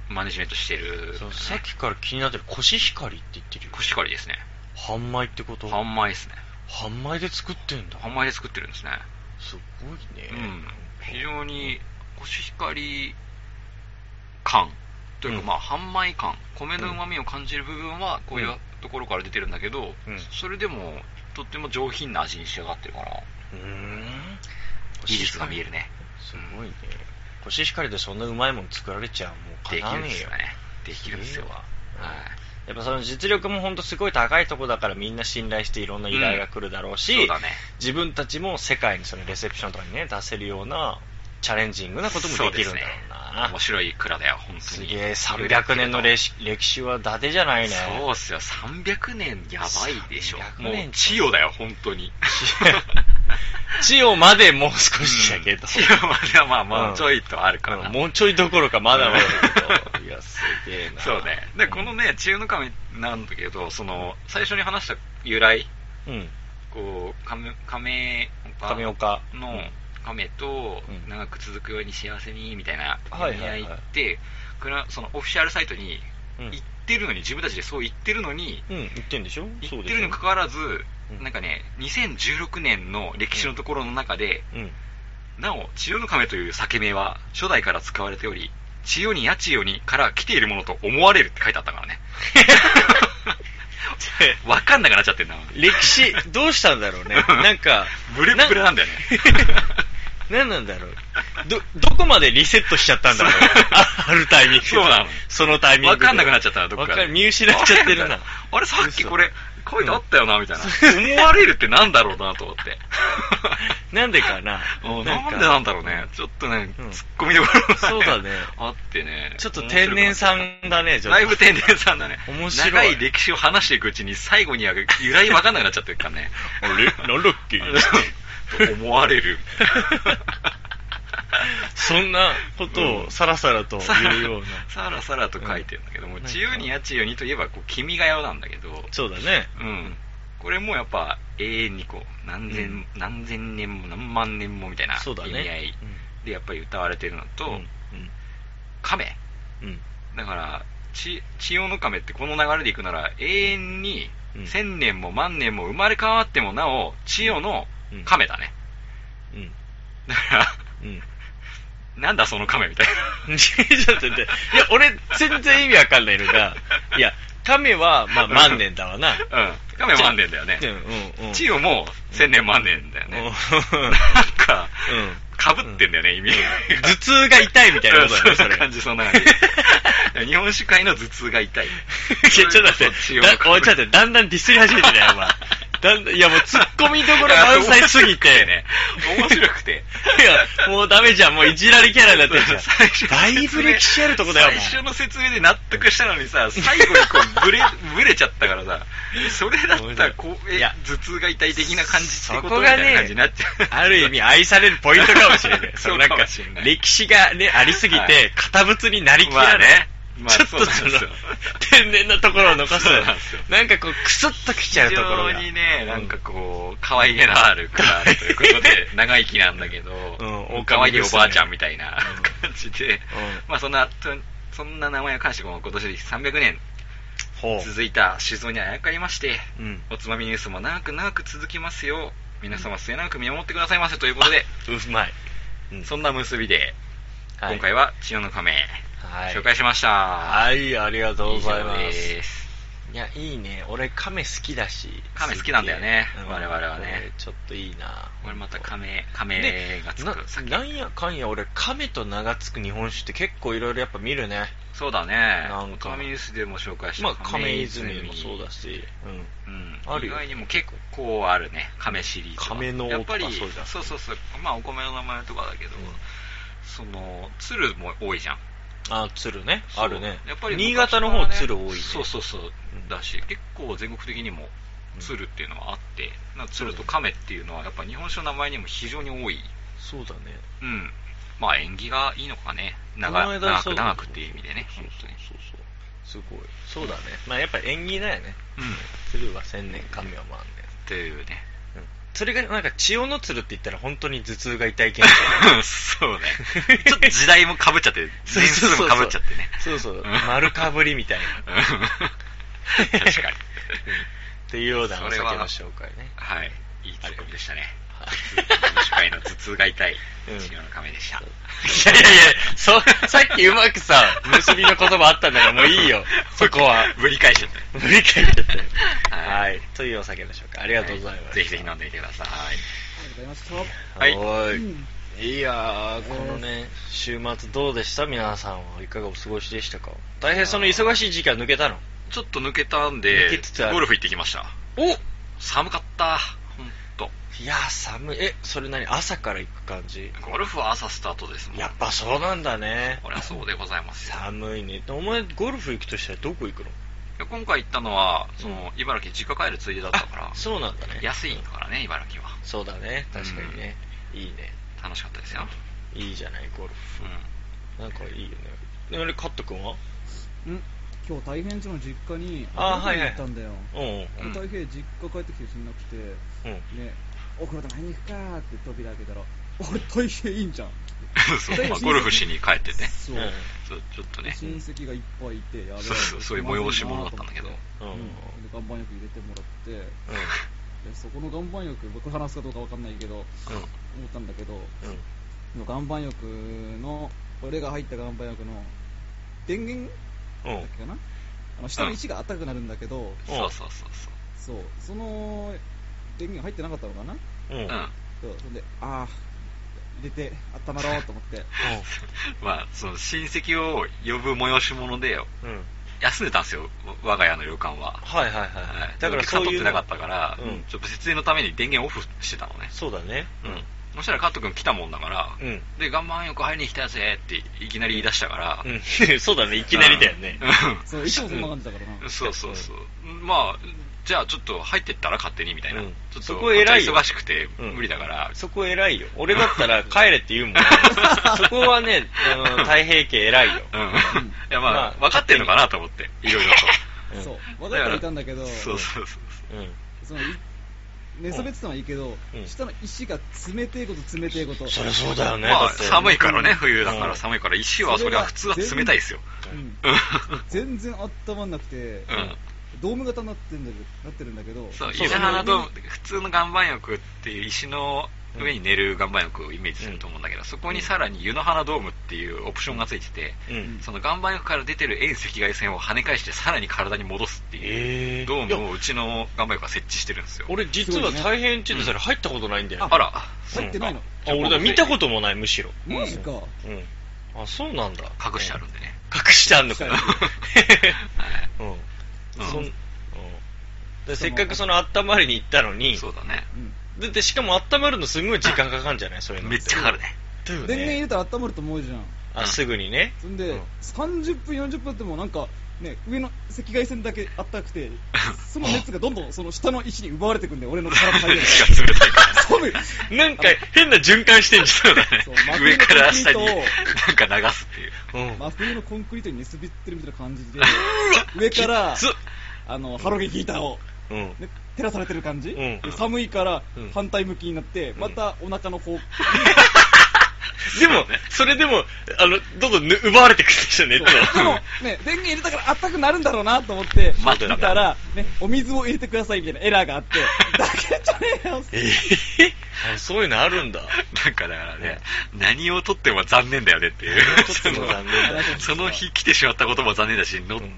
マネジメントしてる、 そうさっきから気になってるコシヒカリって言ってるよ。 コシヒカリですね。 半米ってこと？ 半米ですね。 半米で作ってんだ。 半米で作ってるんですね。 すごいね。 うん。非常にコシヒカリ感というか、まあ半米感、米の旨味を感じる部分はこういうところから出てるんだけど、うん、それでもとっても上品な味に仕上がってるから、うーん、技術が見えるね。 すごいね。コシヒカリでそんなうまいもの作られちゃう、もうかなわねえよ。 できるんですよね。できるんですよ。はい。 やっぱその実力もほんとすごい高いとこだからみんな信頼していろんな依頼が来るだろうし、 うん、そうだね、 自分たちも世界にそのレセプションとかにね出せるようなチャレンジングなこともできるんだろうな。 うね、面白い蔵だよ、本当に。 すげえ、さんびゃくねんの歴史、歴史は伊達じゃないね。 そうっすよ、さんびゃくねんやばいでしょ。もう千代だよ、本当に。 千代までもう少しだけど。 千代まではまあまあちょいとあるかな。 うん、もうちょいどころかまだまだだけど。いや、すげえな。 そうね。で、このね、千代の神なんだけど、その、最初に話した由来、うん、こう、亀、亀岡。 亀岡の、うん亀と長く続くように幸せにみたいな意味合いって、そのオフィシャルサイトに言ってるのに、自分たちでそう言ってるのに、 うん、言ってるんでしょ？ 言ってるにもかかわらず、うん、なんかね、にせんじゅうろくねんの歴史のところの中で、うん、なお千代の亀という酒名は初代から使われており、千代にや千代にから来ているものと思われるって書いてあったからね。わかんなくなっちゃってんだ。 歴史どうしたんだろうね。なんかブレブレなんだよね。 何なんだろう。どどこまでリセットしちゃったんだろう。あるタイミング。 そうなの。 そのタイミングで。 わかんなくなっちゃったな、どっかで。 見失っちゃってるな。 あれさっきこれ書いてあったよな、みたいな。思われるってなんだろうなと思って。 なんでかな。 なんでなんだろうね。ちょっとね、突っ込みどころがそうだね。 あってね。 ちょっと天然さんだね、 だいぶ天然さんだね。 面白い。 長い歴史を話していくうちに最後には由来わかんなくなっちゃってるからね。 あれなんだっけと思われる。 そんなことをさらさらと言うような、 さらさらと書いてるんだけども、千代にや千代にといえばこう君が代なんだけど、 そうだね、 うん、これもやっぱ永遠にこう何千、うん、何千年も何万年もみたいな意味合いでやっぱり歌われてるのと、うんうん、亀、うん、だから千代の亀ってこの流れでいくなら永遠に千年も万年も生まれ変わってもなお千代の亀だね、うんうん、だから、うんなんだその亀みたいな。 ちょっと待って。いや、俺、全然意味わかんないのが、いや、亀は、まあ、万年だわな。 うん。亀は万年だよね。うん、うん。千代も千年万年だよね。うん、なんか、かぶってんだよね、意味。 頭痛が痛いみたいなことだよね、 そんな感じ、そんな感じ。日本酒界の頭痛が痛い。いや、ちょっと待って。おい、ちょっと待って、だんだんディスり始めてたよ、お前。だんだんいやもう突っ込みどころ満載すぎてね、面白くていやもうダメじゃん、もういじられキャラになってるじゃん。最初だいぶ歴史あるとこだよ。 最初の説明で納得したのにさ、最後にこうブレブレちゃったからさ、それだったらこうえ頭痛が痛い的な感じってことみたいな感じになっちゃう、ね、 ある意味愛されるポイントかもしれない。そうなんか歴史がねありすぎて堅物になりきらない、まあね、まあ、ちょっとその天然なところを残すなんかこうクスッときちゃうところが非常にね、なんかこう可愛げのあるクラということで長生きなんだけど、うん、可愛いおばあちゃんみたいな感じで、うん、まあそんなそんな名前を関して今年でさんびゃくねん続いた酒造にあやかりまして、うん、おつまみニュースも長く長く続きますよ、皆様末永く見守ってくださいませということで、 うまい、 うん、そんな結びで、はい、今回は千代の亀はい、紹介しました。 はい、ありがとうございます。いや、いいね。俺、亀好きだし。 亀好きなんだよね。我々はね。 ちょっといいな。 俺また亀、亀がつく酒。な、なんやかんや俺、亀と名がつく日本酒って結構いろいろやっぱ見るね。 そうだね。なんか。亀臼でも紹介した。 まあ、亀泉もそうだし。 うん。うん。ある意外にも結構あるね。亀シリーズは。 亀のやっぱり、そうそうそう。まあ、お米の名前とかだけど、その、鶴も多いじゃん。 あ、鶴ね。あるね。 やっぱり、 ね、新潟の方鶴多いね。 そうそうそう。だし、結構全国的にも鶴っていうのはあって、うん、鶴と亀っていうのはやっぱ日本酒の名前にも非常に多い。 そうだね。 うん。まあ縁起がいいのかね。長長く長くっていう意味でね。 そうそうそうそう。すごい。そうだね。まあやっぱ縁起だよね。うん。鶴は千年、亀は万年。 っていうね。 うん。 それがなんか千代の鶴って言ったら本当に頭痛が痛い系そうね。ちょっと時代も被っちゃって、年数も被っちゃってね。 そうそう。丸かぶりみたいな。 確かに。 っていうようなお酒の紹介ね。 はい。いいツッコミでしたね。初回の頭痛が痛い千代の亀でした。 いやいやいや、そ、さっきうまくさ、結びの言葉あったんだからもういいよ。そこは。 ぶり返しちゃった。 ぶり返しちゃったよ。はい。というお酒でしょうか。ありがとうございます。 ぜひぜひ飲んでみてください。 ありがとうございました。 はい。はいいやー、このね、週末どうでした？皆さんはいかがお過ごしでしたか？大変その忙しい時期は抜けたの？ ちょっと抜けたんで、ゴルフ行ってきました。お！寒かった。ほんと。 いやー寒い。え、それ何？朝から行く感じ？ ゴルフは朝スタートですもん。 やっぱそうなんだね。 これはそうでございますよ。 寒いね。お前ゴルフ行くとしたらどこ行くの？ 今回行ったのは、その、茨城実家帰るついでだったから。 そうなんだね。 安いからね、茨城は。 そうだね。確かにね。いいね。 楽しかったですよ。 いいじゃない、ゴルフ。うん。なんかいいよね。で、あれ、カット君は？ん今日大変ちの実家にあ行ったんだよ。 うん。 大変実家帰ってきてしんなくて、うん。ね、お風呂で何行くかーって扉開けたら、俺大変いいんじゃん。 そう、まあ、ゴルフしに帰ってて。 そう。 そう、ちょっとね。 親戚がいっぱいいて、やべえ。 そうそう、そういう催し物だったんだけど。 うん。で、岩盤浴入れてもらって、うん。で、そこの岩盤浴、僕話すかどうかわかんないけど、うん。思ったんだけど、うん。岩盤浴の、俺が入った岩盤浴の電源だっけかな、あの下の石が温かくなるんだけど、うん、 そうそうそうそう。そう、その電源入ってなかったのかな。 うん。 そう、そんで、ああ。入れて温まろうと思って、 うん、まあその親戚を呼ぶ催し物でよ、うん、休んでたんですよ、我が家の旅館は。 はいはいはい、はい、 だからそういう取ってなかったから、うん、ちょっと節電のために電源オフしてたのね。 そうだね。 うん。そしたらカット君来たもんだから、うん、で岩盤浴入りに来たやつっていきなり言い出したから、 うん、そうだね、いきなりだよね。 そう、いつもそんな感じだからな。 そうそうそう。まあじゃあちょっと入ってったら勝手にみたいな。うん、ちょっとそこ偉いよ。 忙しくて無理だから。 うん、そこ偉いよ。俺だったら帰れって言うもん。そこはね、あの太平家偉いよ。 うん。いやまあ、まあ、分かってんのかなと思って、いろいろと。そう、分かってはいたんだけど、 そうそうそう。うん。 その寝そべってたのはいいけど、うん、下の石が冷てえこと冷てえこと。 そりゃそうだよね。 まあ寒いからね、冬だから寒いから、石はそれは普通は冷たいですよ。 うん、全然温まんなくて、うんドーム型になってんだなってるんだけど、 そう、湯の花ドーム、普通の岩盤浴っていう石の上に寝る岩盤浴をイメージすると思うんだけど、うん、そこにさらに湯の花ドームっていうオプションがついてて、うん、その岩盤浴から出てる遠赤外線を跳ね返してさらに体に戻すっていうドームをうちの岩盤浴が設置してるんですよ。 俺実は大変って言ってたら入ったことないんだよ、ねうん、あら入ってないの、 うん、あ俺だ見たこともないむしろ。 マジか、うん、 あそうなんだ。 隠してあるんでね。 隠してあるのかな。はい、 うん、 そんでせっかくその温まりに行ったのに。 そうだね。 で, でしかも温まるのすごい時間かかるんじゃない？そういうのめっちゃかかるね。 電源入れたら温まると思うじゃん。 あ、すぐにね。 そんで、うん、さんじゅっぷんよんじゅっぷんってもなんかね上の赤外線だけあったかくてその熱がどんどんその下の石に奪われてくんで俺の体入る。 石が冷たいから。 寒い。なんか変な循環してんじゃん。ね、 上から下になんか流すっていう。 うん、真冬のコンクリートに寝そべってるみたいな感じで上からあのハロゲンヒーターを。うん、ね、照らされてる感じ、うん、で寒いから反対向きになって、うん、またお腹の方、うん、 でもそれでもあのどんどん奪われてくるでしょ熱を。 でもね電源入れたからあったくなるんだろうなと思って待って見たら、ね、お水を入れてくださいみたいなエラーがあってだけじゃねえよ。 えー、あそういうのあるんだ。 なんかだからね、うん、何をとっても残念だよねっていうその日来てしまったことも残念だし乗って、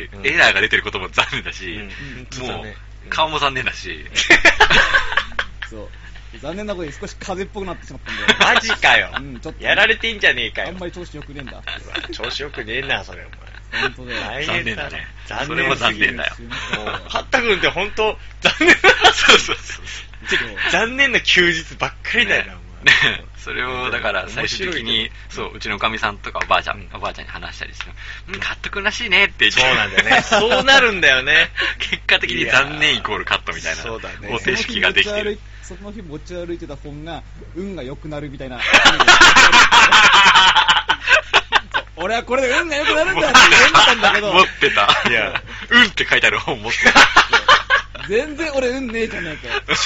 うん、エラーが出てることも残念だし、うん、もう、ね、顔も残念だしそう残念なことに少し風邪っぽくなってしまったんで。マジかよ、うん、ちょっとやられてんじゃねえかよ。 あんまり調子よくねえんだ。 調子よくねえなそれお前。 本当だよ。 残念だね。それも残念だよ。 ハッタ君って本当残念なそうそうそう残念な休日ばっかりだよな、ね、お前。 それをだから最終的にそううちのおかみさんとかおばあちゃん、うん、おばあちゃんに話したりして、うん、カットくんらしいねって言って。 そうなんだよね。そうなるんだよね。 結果的に残念イコールカットみたいな方程式ができてる。 その日持ち歩いてた本が運が良くなるみたいな。俺はこれで運が良くなるんだって言ったんだけど。 持ってた。いや、運って書いてある本持ってた。 全然俺運ねえじゃねえか。 ちょっ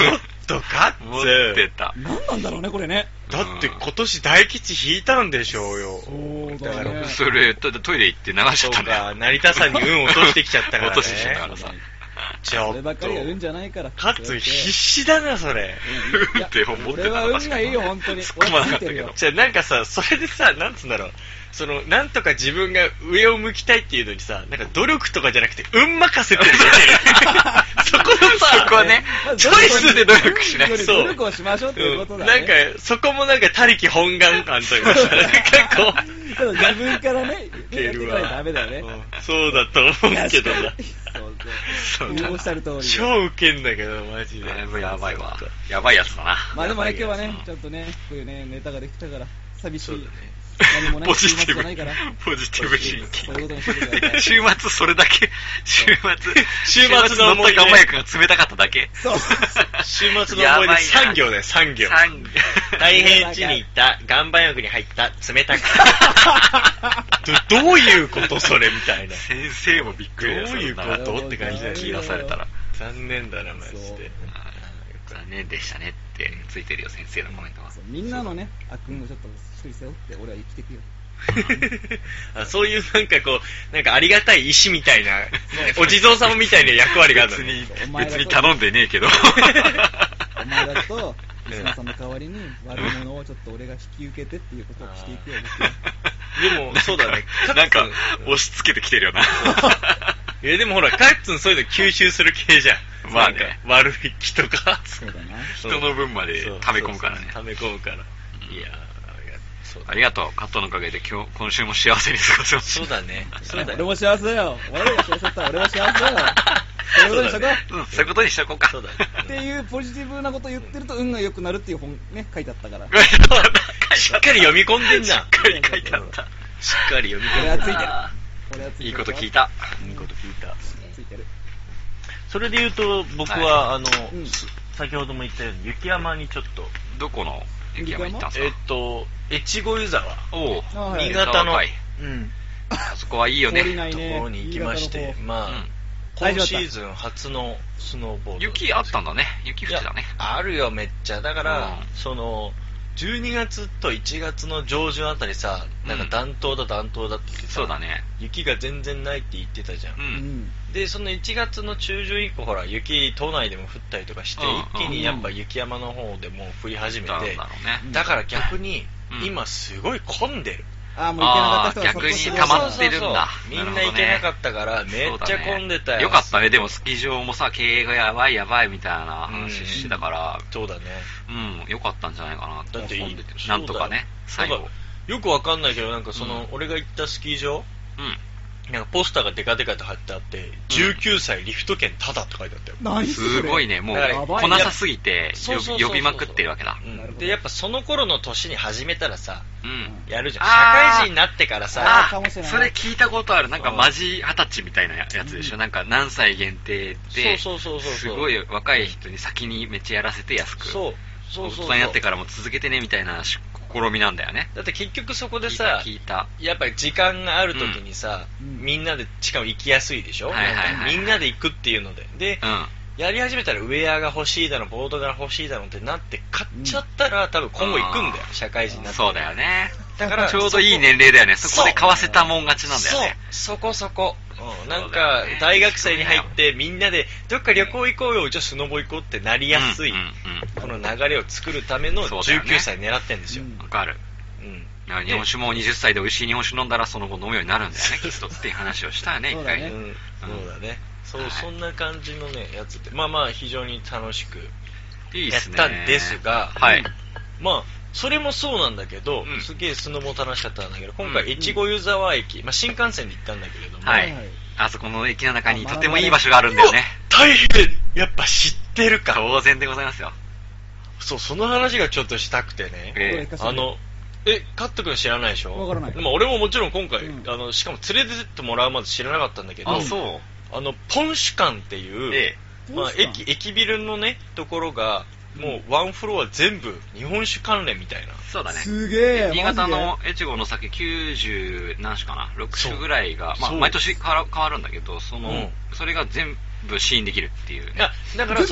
とガッツ。 持ってた。 何なんだろうね、これね。 だって今年大吉引いたんでしょうよ。 そうだね。 らそれ、トイレ行って流しちゃったんだよ。 そうか、成田さんに運落としてきちゃったからね。 落としてきちゃったからさ。 ちょっと。 そればっかりが運じゃないから。 カッツ必死だな、それ。 運って思ってた俺は運がいいよ、本当に。 突っ込まなかったけど。 じゃあなんかさ、それでさ、なんつうんだろう。その、なんとか自分が上を向きたいっていうのにさ、なんか努力とかじゃなくて、運任せってるじゃん。そこのさ、 そこはね、チョイスで努力しない。 そう。努力をしましょうっていうことだね。 なんか、そこもなんか、他力本願感というかさ、なんかこう。 ただ自分からね、 言っていかないとダメだよね。 そうだと思うけどな。 そうそう。おっしゃる通り。 超ウケんだけど、マジで。 やばいわ。やばいやつだな。 まあでもね、今日はね、ちょっとね、こういうね、ネタができたから、寂しい。 何もね、ポジティブ、ポジティブシンキング。週末それだけ、週末、 週末の思い出。 岩盤浴が冷たかっただけ。 そう。週末の思い出さん行だよ、さん行。太平地に行った、岩盤浴に入った、冷たかった。どういうことそれみたいな。 先生もびっくりだよ。 どういうことって感じだよ。 聞き出されたら。 残念だな、マジで。 残念でしたねってついてるよ、先生のコメントは。 みんなのね、悪運をちょっと一人背負って俺は生きていくよ。 あ、そういうなんかこう、なんかありがたい石みたいな、お地蔵様みたいな役割があるのね。別に、別に頼んでねえけど。 お前だと、リスナーさんの代わりに悪いものをちょっと俺が引き受けてっていうことをしていくよ、 でも、そうだね。 なんか、押し付けてきてるよな。 いや、でもほら、カッツンそういうの吸収する系じゃん。 まあね。 悪い気とか。 そうだな。 人の分まで溜め込むからね。 溜め込むから。いやありがとう。カットのおかげで今日、今週も幸せに過ごせました。 そうだね。そうだ俺も幸せだよ。俺が幸せだったら俺も幸せだよ。そういうことにしとこう。 うん、そういうことにしとこうか。 そうだね。 っていうポジティブなこと言ってると運が良くなるっていう本ね、書いてあったから。 しっかり読み込んでんじゃん。 しっかり書いてあった。 しっかり読み込んで俺はついてる。俺はついてる。 いいこと聞いた。 いいこと聞いた。 ついてる。 それで言うと、僕は、あの、先ほども言ったように、雪山にちょっと。 どこの雪山に行ったんですか？ えっと、越後湯沢。 おお。新潟の。 うん。あそこはいいよね。 ところに行きまして、まあ、今シーズン初のスノーボード。 雪あったんだね。雪降ってたね。 あるよ、めっちゃ。だから、その、じゅうにがつといちがつの上旬あたりさ、なんか暖冬だ暖冬だって言ってさ、 そうだね。 雪が全然ないって言ってたじゃん。 うん。 で、そのいちがつの中旬以降、ほら、雪、都内でも降ったりとかして、一気にやっぱ雪山の方でも降り始めて、だから逆に、今すごい混んでる。 ああ、もう行けなかった人が逆に溜まってるんだ。 みんな行けなかったから、めっちゃ混んでたよ。 よかったね、でもスキー場もさ、経営がやばいやばいみたいな話してたから、 そうだね。 うん、よかったんじゃないかなって。 だっていい。 なんとかね、最後。 よくわかんないけど、なんかその、俺が行ったスキー場、うんなんかポスターがデカデカと貼ってあって、じゅうきゅうさいリフト券タダって書いてあったよ。 何それすごいね、もう来なさすぎて呼びまくってるわけだ。 で、やっぱその頃の年に始めたらさ、やるじゃん。社会人になってからさ、 それ聞いたことある。なんかマジ二十歳みたいなやつでしょ。なんか何歳限定で、すごい若い人に先にめっちゃやらせて安く。そう。そうそう。大人になってからも続けてねみたいな試みなんだよね。 だって結局そこでさ、 聞いた。 やっぱり時間がある時にさ、みんなで、しかも行きやすいでしょ。みんなで行くっていうので。で、やり始めたらウェアが欲しいだの、ボードが欲しいだのってなって買っちゃったら、多分今後行くんだよ、社会人になって。 そうだよね。だからちょうどいい年齢だよね。そこで買わせたもん勝ちなんだよね。 そう、そこそこ。うん、なんか、大学生に入ってみんなで、どっか旅行行こうよ、じゃあスノボ行こうってなりやすい、この流れを作るためのじゅうきゅうさい狙ってんですよ。 わかる。うん。日本酒もはたちで美味しい日本酒飲んだらその後飲むようになるんだよね、きっとっていう話をしたよね、一回ね。 そうだね。そう、そんな感じのね、やつで、まあまあ非常に楽しくやったんですが、 はい。 まあ、それもそうなんだけど、すげえスノボ楽しかったんだけど、今回越後湯沢駅、まあ新幹線で行ったんだけれども、 はい。あそこの駅の中にとてもいい場所があるんだよね。 大変やっぱ知ってるか。 当然でございますよ。 そう、その話がちょっとしたくてね。えー、あの、え、カット君知らないでしょ？ わからない。 でも俺ももちろん今回、うん、あの、しかも連れてってもらうまで知らなかったんだけど、 あ、そう。 あの、ポンシュ館っていう、ええ、まあ、駅、駅ビルのね、ところが、もうワンフロア全部日本酒関連みたいな。 そうだね。 すげえ。 新潟の越後の酒きゅうじゅう何種かな ?ろく 種ぐらいが、まあ毎年変わるんだけど、その、うん、それが全部試飲できるっていう、ね。 いや、だからその、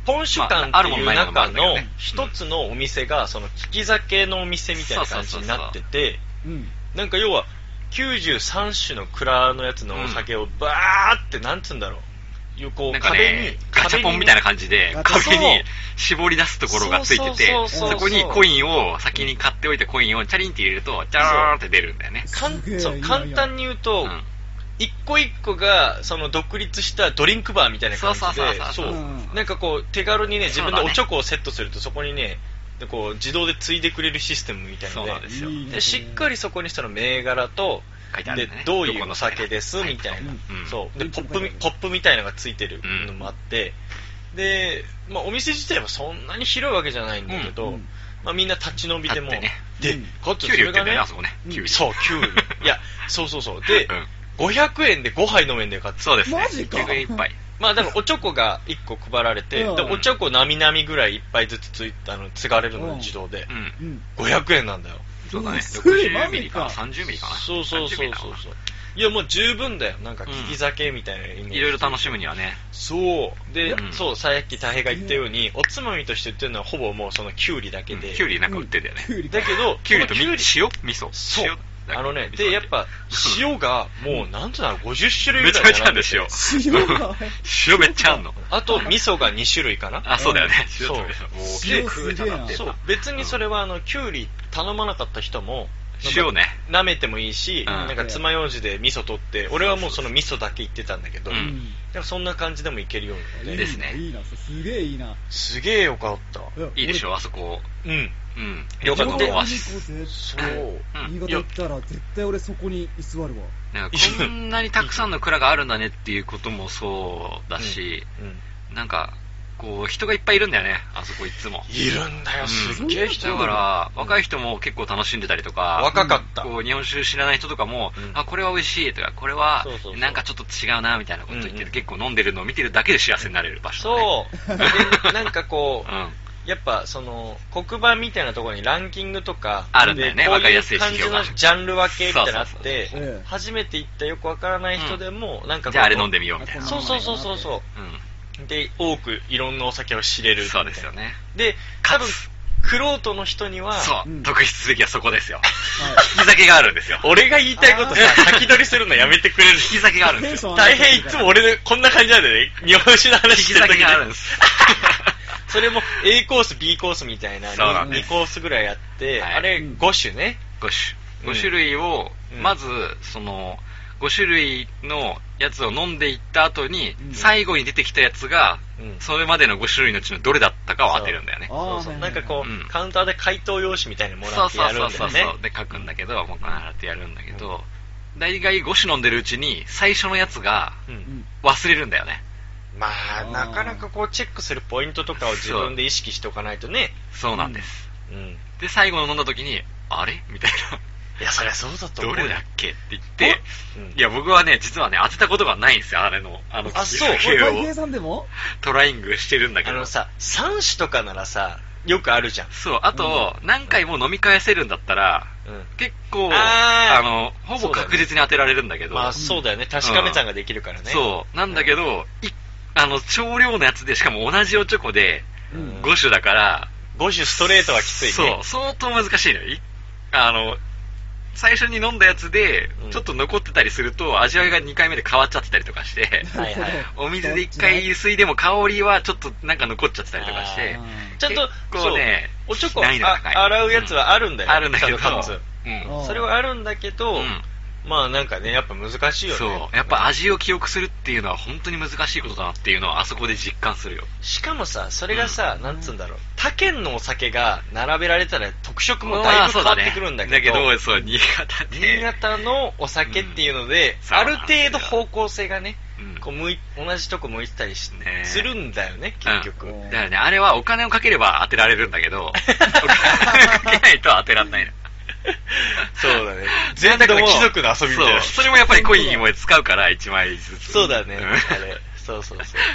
ポンシュ館っていう中の一つのお店がその利き酒のお店みたいな感じになってて、なんか要はきゅうじゅうさん種の蔵のやつのお酒をバーってなんつうんだろう、いうこう壁にガチャポンみたいな感じで壁に絞り出すところがついてて、そこにコインを先に買っておいてコインをチャリンって入れるとチャーンって出るんだよね。 そう簡単に言うと、うん一個一個がその独立したドリンクバーみたいな感じで、なんかこう手軽にね自分でおチョコをセットするとそこにねでこう自動でついでくれるシステムみたいなの で, ですよでしっかりそこにその銘柄とでどういうお酒ですみたいな、そうでポップポップみたいなのがついてるのもあって、で、まあ、お店自体はそんなに広いわけじゃないんだけど、うんまあ、みんな立ち飲みでも、ね、で、 こっちそれがね、そうね、 そうキュウリいやそうそうそうで、うんごひゃくえんでごはい飲めんで買って。 そうですね。 マジか。 きゅうえんいっぱい。 まあだからおチョコがいっこ配られて、うん、でおチョコなみなみぐらいいっぱいずつついあの継がれるの自動で、うん、ごひゃくえんなんだよ。 そうだね。ろくじゅうミリかさんじゅうミリかな。 そうそうそうそうそう。いやもう十分だよ。なんか利き酒みたいなイメージ。 いろいろ楽しむにはね。 そうで、うん、そうさっき大平が言ったようにおつまみとして売ってるのはほぼもうそのキュウリだけで。 うん、キュウリなんか売ってるよね。 だけどキュウリと塩味噌。 そう。あのね、で、やっぱ、塩が、もう、なんていうの、ごじゅっ種類ぐらい。 めちゃめちゃあるんですよ。 塩が塩めっちゃあんの。 あと、味噌がに種類かな。 あ、そうだよね。 塩と味噌。 塩すげえな。 そう、別にそれは、あの、キュウリ頼まなかった人も、 塩ね。 舐めてもいいし、なんか爪楊枝で味噌取って、俺はもうその味噌だけ言ってたんだけど、でもそんな感じでもいけるようにですね。 いいな、すげえいいな。 すげえよかった。 いいでしょ、あそこ。 うん。 うん。 よかった。 そう。新潟行ったら絶対俺そこに居座るわ。 なんかこんなにたくさんの蔵があるんだねっていうこともそうだし、なんか、こう人がいっぱいいるんだよね、あそこいつも。 いるんだよ、すっげえ人だから、若い人も結構楽しんでたりとか、 若かった。 こう日本酒知らない人とかも、あ、これは美味しいとか、これはなんかちょっと違うなみたいなこと言って結構飲んでるのを見てるだけで幸せになれる場所だね。 そう。で、なんかこう、やっぱその黒板みたいなところにランキングとかあるんだよね、わかりやすい指標が。こういう感じのジャンル分けみたいなのあって、初めて行ったよくわからない人でも、なんかじゃああれ飲んでみようみたいな。 そうそうそうそうそう。で多くいろんなお酒を知れる。 そうですよね。 で多分玄人の人にはそう、うん、特筆すべきはそこですよ。引き酒があるんですよ。 俺が言いたいことさ先取りするのやめてくれる。 引き酒があるんですよ。 大変いつも俺でこんな感じなんだよね。日本酒の話してる時に。 引き酒があるんです。 それも A コース B コースみたいなにコースぐらいやって、はい、あれご種ね。 ご種。ご種類を、うん、まずそのご種類のやつを飲んでいった後に、うん、最後に出てきたやつが、うん、それまでのご種類のうちのどれだったかを当てるんだよね。 そうそうなんかこう、うん、カウンターで回答用紙みたいにもらってやるんだよね。 そうそうそうそう。で書くんだけど、もう払ってやるんだけど、うん、大概ご種飲んでるうちに最初のやつが忘れるんだよね。 まあなかなかこうチェックするポイントとかを自分で意識しておかないとね。 そうなんです。うん、で最後の飲んだ時にあれみたいな。 いやそりゃそうだと思う。 どれだっけって言って、うん、いや僕はね実はね当てたことがないんですよ、あれのあのあそうさんでもトライングしてるんだけど、 あのささん種とかならさよくあるじゃん。 そうあと、うん、何回も飲み返せるんだったら、うん、結構あのほぼ確実に当てられるんだけど、 まあそうだよね、確かめ算ができるからね。 そうなんだけど、うん、いあの少量のやつでしかも同じおチョコでご種だから、 うん、ご種ストレートはきついね。 そう相当難しいのよ。あの最初に飲んだやつでちょっと残ってたりすると、うん、味わいがにかいめで変わっちゃってたりとかしてはいはいお水でいっかいゆすいでも香りはちょっとなんか残っちゃってたりとかしてちゃんとこうねおチョコ洗うやつはあるんだよ、 うん、あるんだけど、 うん、それはあるんだけど、うんまあなんかねやっぱ難しいよね。 そうやっぱ味を記憶するっていうのは本当に難しいことだなっていうのはあそこで実感するよ。 しかもさそれがさ、うん、なんつうんだろう他県のお酒が並べられたら特色もだいぶ変わってくるんだけど、 だけどそう新潟で新潟のお酒っていうので、うん、ある程度方向性がね、うん、こう向い同じとこ向いてたりし、ね、するんだよね結局、 うん、だからねあれはお金をかければ当てられるんだけどお金をかけないと当てられないの。 そうだね。贅沢な貴族の遊びみたいな。 それもやっぱりコインも使うからいちまいずつ。 そうだね。あれ。そうそうそう。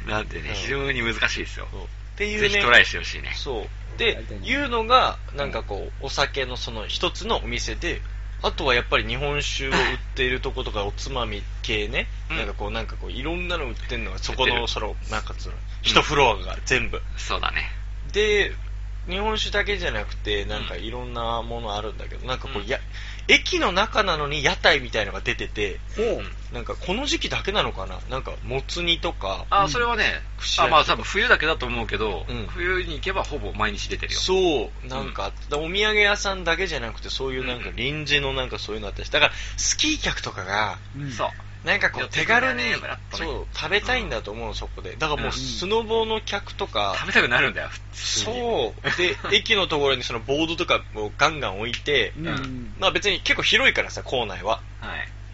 なんでね、非常に難しいですよ。 っていうね。 ぜひトライしてほしいね。 そう。で、いうのが、なんかこう、お酒のその一つのお店で、 あとはやっぱり日本酒を売っているとことかおつまみ系ね、うん、なんかこうなんかこういろんなの売ってんのがそこのそのなんかその一フロアが全部、うん、 そうだね。で日本酒だけじゃなくてなんかいろんなものあるんだけど、うん、なんかこうや駅の中なのに屋台みたいのが出てて、うん、なんかこの時期だけなのかな、なんかもつ煮とか、 あ、それはね、あ、まあ多分冬だけだと思うけど、うん、冬に行けばほぼ毎日出てるよ。 そうなんか、うん、お土産屋さんだけじゃなくてそういうなんか臨時のなんかそういうのあったし、だからスキー客とかが、うん、そうなんかこう手軽に、ね、そう食べたいんだと思う、うん、そこで。だからもうスノボの客とか、 うん、食べたくなるんだよ。 そうで駅のところにそのボードとかをガンガン置いて、うん、まあ別に結構広いからさ構内は、はい、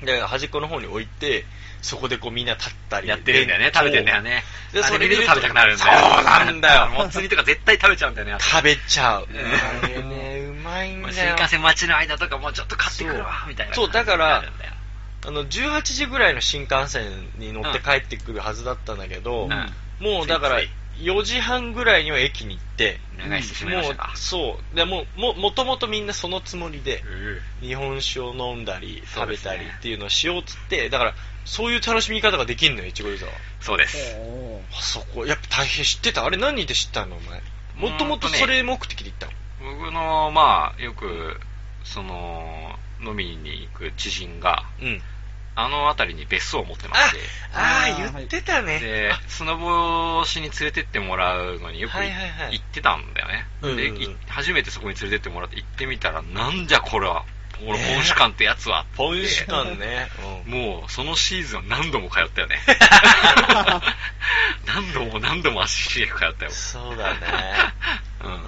で端っこの方に置いてそこでこうみんな立ったりやってるんだよね、食べてるんだよね。でそれ見ると食べたくなるんだよ。 そうなんだよ。 もつ煮とか絶対食べちゃうんだよね。 食べちゃう。あれねうまいんだよ。 新幹線待ちの間とかもうちょっと買ってくるわみたいな。 そうだからあのじゅうはちじぐらいの新幹線に乗って帰ってくるはずだったんだけど、うん、もうだからよじはんぐらいには駅に行って長居してしまいましたか。 もうそうでもももともとみんなそのつもりで、うん、日本酒を飲んだり食べたりっていうのをしようっつって、だからそういう楽しみ方ができんのよ、いちごユーザーは。 そうです。 あそこやっぱ大変知ってた。あれ何で知ったのお前。もともとそれ目的で行ったの？ 僕のまあよくその飲みに行く知人が、うん、あの辺りに別荘を持ってまして、 ああ言ってたね。 でスノボしに連れてってもらうのによく、はいはいはい、行ってたんだよね、うんうんうん、で初めてそこに連れてってもらって行ってみたら、なんじゃこれはポンシュ館ってやつは、 ポンシュ館ね、 うん、もうそのシーズンは何度も通ったよね何度も何度も足しげく通ったよ。 そうだねうん、うん、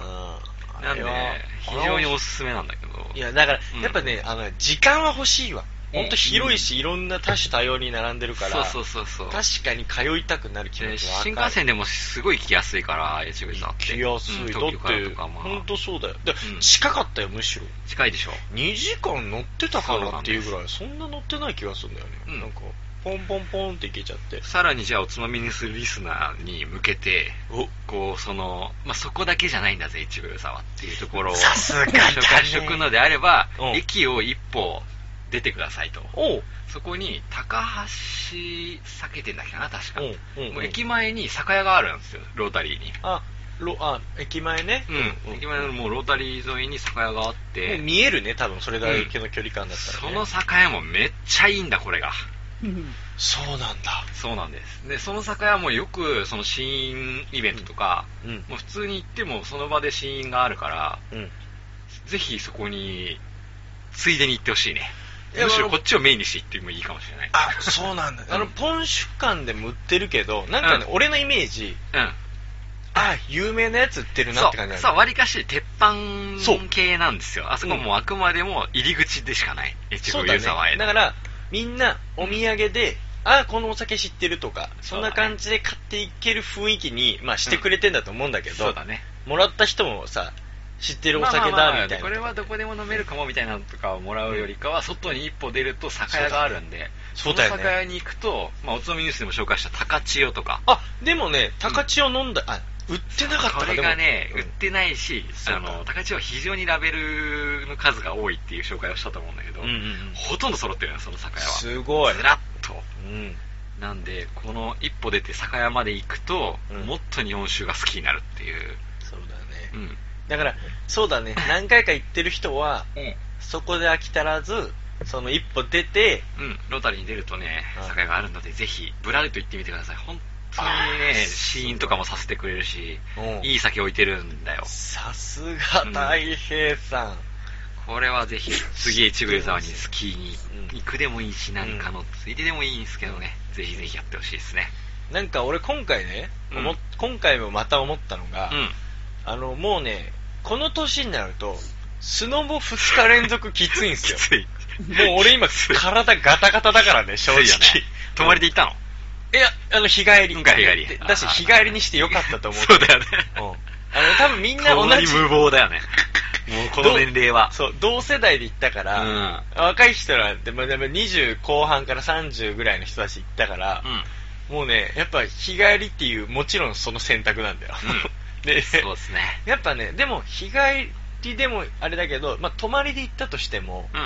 なんで非常におすすめなんだけど。 いやだからやっぱね、うん、あの時間は欲しいわ。本当広いし、うん、いろんな多種多様に並んでるから、 そうそうそうそう、 確かに通いたくなる気持ちは。 新幹線でもすごい行きやすいからエチゴリさんって。 行きやすい、うん、だって本当そうだよ。で、うん、近かったよむしろ。 近いでしょ。 にじかん乗ってたかなっていうぐらい、そんな乗ってない気がするんだよね、うん、なんかポンポンポンって行けちゃって。 さらにじゃあおつまみにするリスナーに向けて、こうその、まあ、そこだけじゃないんだぜエチゴリさんはっていうところをさすがだね紹介しておくのであれば、駅を一歩出てくださいと。おそこに高橋酒店だっけな確か、うんうんうん、もう駅前に酒屋があるんですよ、ロータリーに。 あロあ駅前ね、 うん、うん、駅前のもうロータリー沿いに酒屋があって、 もう見えるね多分それだけの距離感だったら、ね、 うん、その酒屋もめっちゃいいんだこれがそうなんだ。 そうなんです。でその酒屋もよくその試飲イベントとか、うん、もう普通に行ってもその場で試飲があるから、うん、ぜひそこについでに行ってほしいね。むしろこっちをメインにしていってもいいかもしれない。 あ、そうなんだ。あのポンシュ館でも売ってるけど、なんかね、うん、俺のイメージ、うん、あ、有名なやつ売ってるなって感じなんだ。 そう、わりかし鉄板系なんですよ。あそこもあくまでも入り口でしかない。エチゴユーザーは。 だからみんなお土産で、うん、あ、このお酒知ってるとか、そんな感じで買っていける雰囲気に、まあしてくれてんだと思うんだけど、うん、そうだね。もらった人もさ。知ってるお酒だみたいな、まあまあまあ、 これはどこでも飲めるかもみたいなのとかをもらうよりかは、外に一歩出ると酒屋があるんで、その酒屋に行くと、まあ、おつまみニュースでも紹介した高千代とか。 あ、でもね高千代飲んだ、うん、あ売ってなかったか。 これがね、売ってないし、あの高千代は非常にラベルの数が多いっていう紹介をしたと思うんだけど、うんうんうん、ほとんど揃ってるのよその酒屋は。 すごいずらっと、うん、なんでこの一歩出て酒屋まで行くと、うん、もっと日本酒が好きになるっていう。 そうだね、うん、だからそうだね何回か行ってる人は、うん、そこで飽き足らずその一歩出て、 うん、ロータリーに出るとね酒屋があるのでぜひぶらりと行ってみてください。本当にね試飲とかもさせてくれるし、いい酒置いてるんだよ。 さすが大平さん、うん、 これはぜひ次越後湯沢にスキーに行くでもいいし、何かのついででもいいんですけどね、うん、ぜひぜひやってほしいですね。 なんか俺今回ね、うん、今回もまた思ったのが、うん、あのもうねこの年になるとスノボふつか連続きついんですよ。きつい。もう俺今体ガタガタだからね正直。ね、 泊まりで行ったの？ いやあの日帰り。 日帰り。 だし日帰りにしてよかったと思う。 そうだよね。 うん。あの多分みんな同じ。 無謀だよね。もうこの年齢は。 そう同世代で行ったから、うん、若い人らでもでもにじゅう後半からさんじゅうぐらいの人たち行ったから、うん、もうねやっぱ日帰りっていうもちろんその選択なんだよ。うん、でそうですね。 やっぱねでも日帰りでもあれだけど、まあ泊まりで行ったとしても、うん、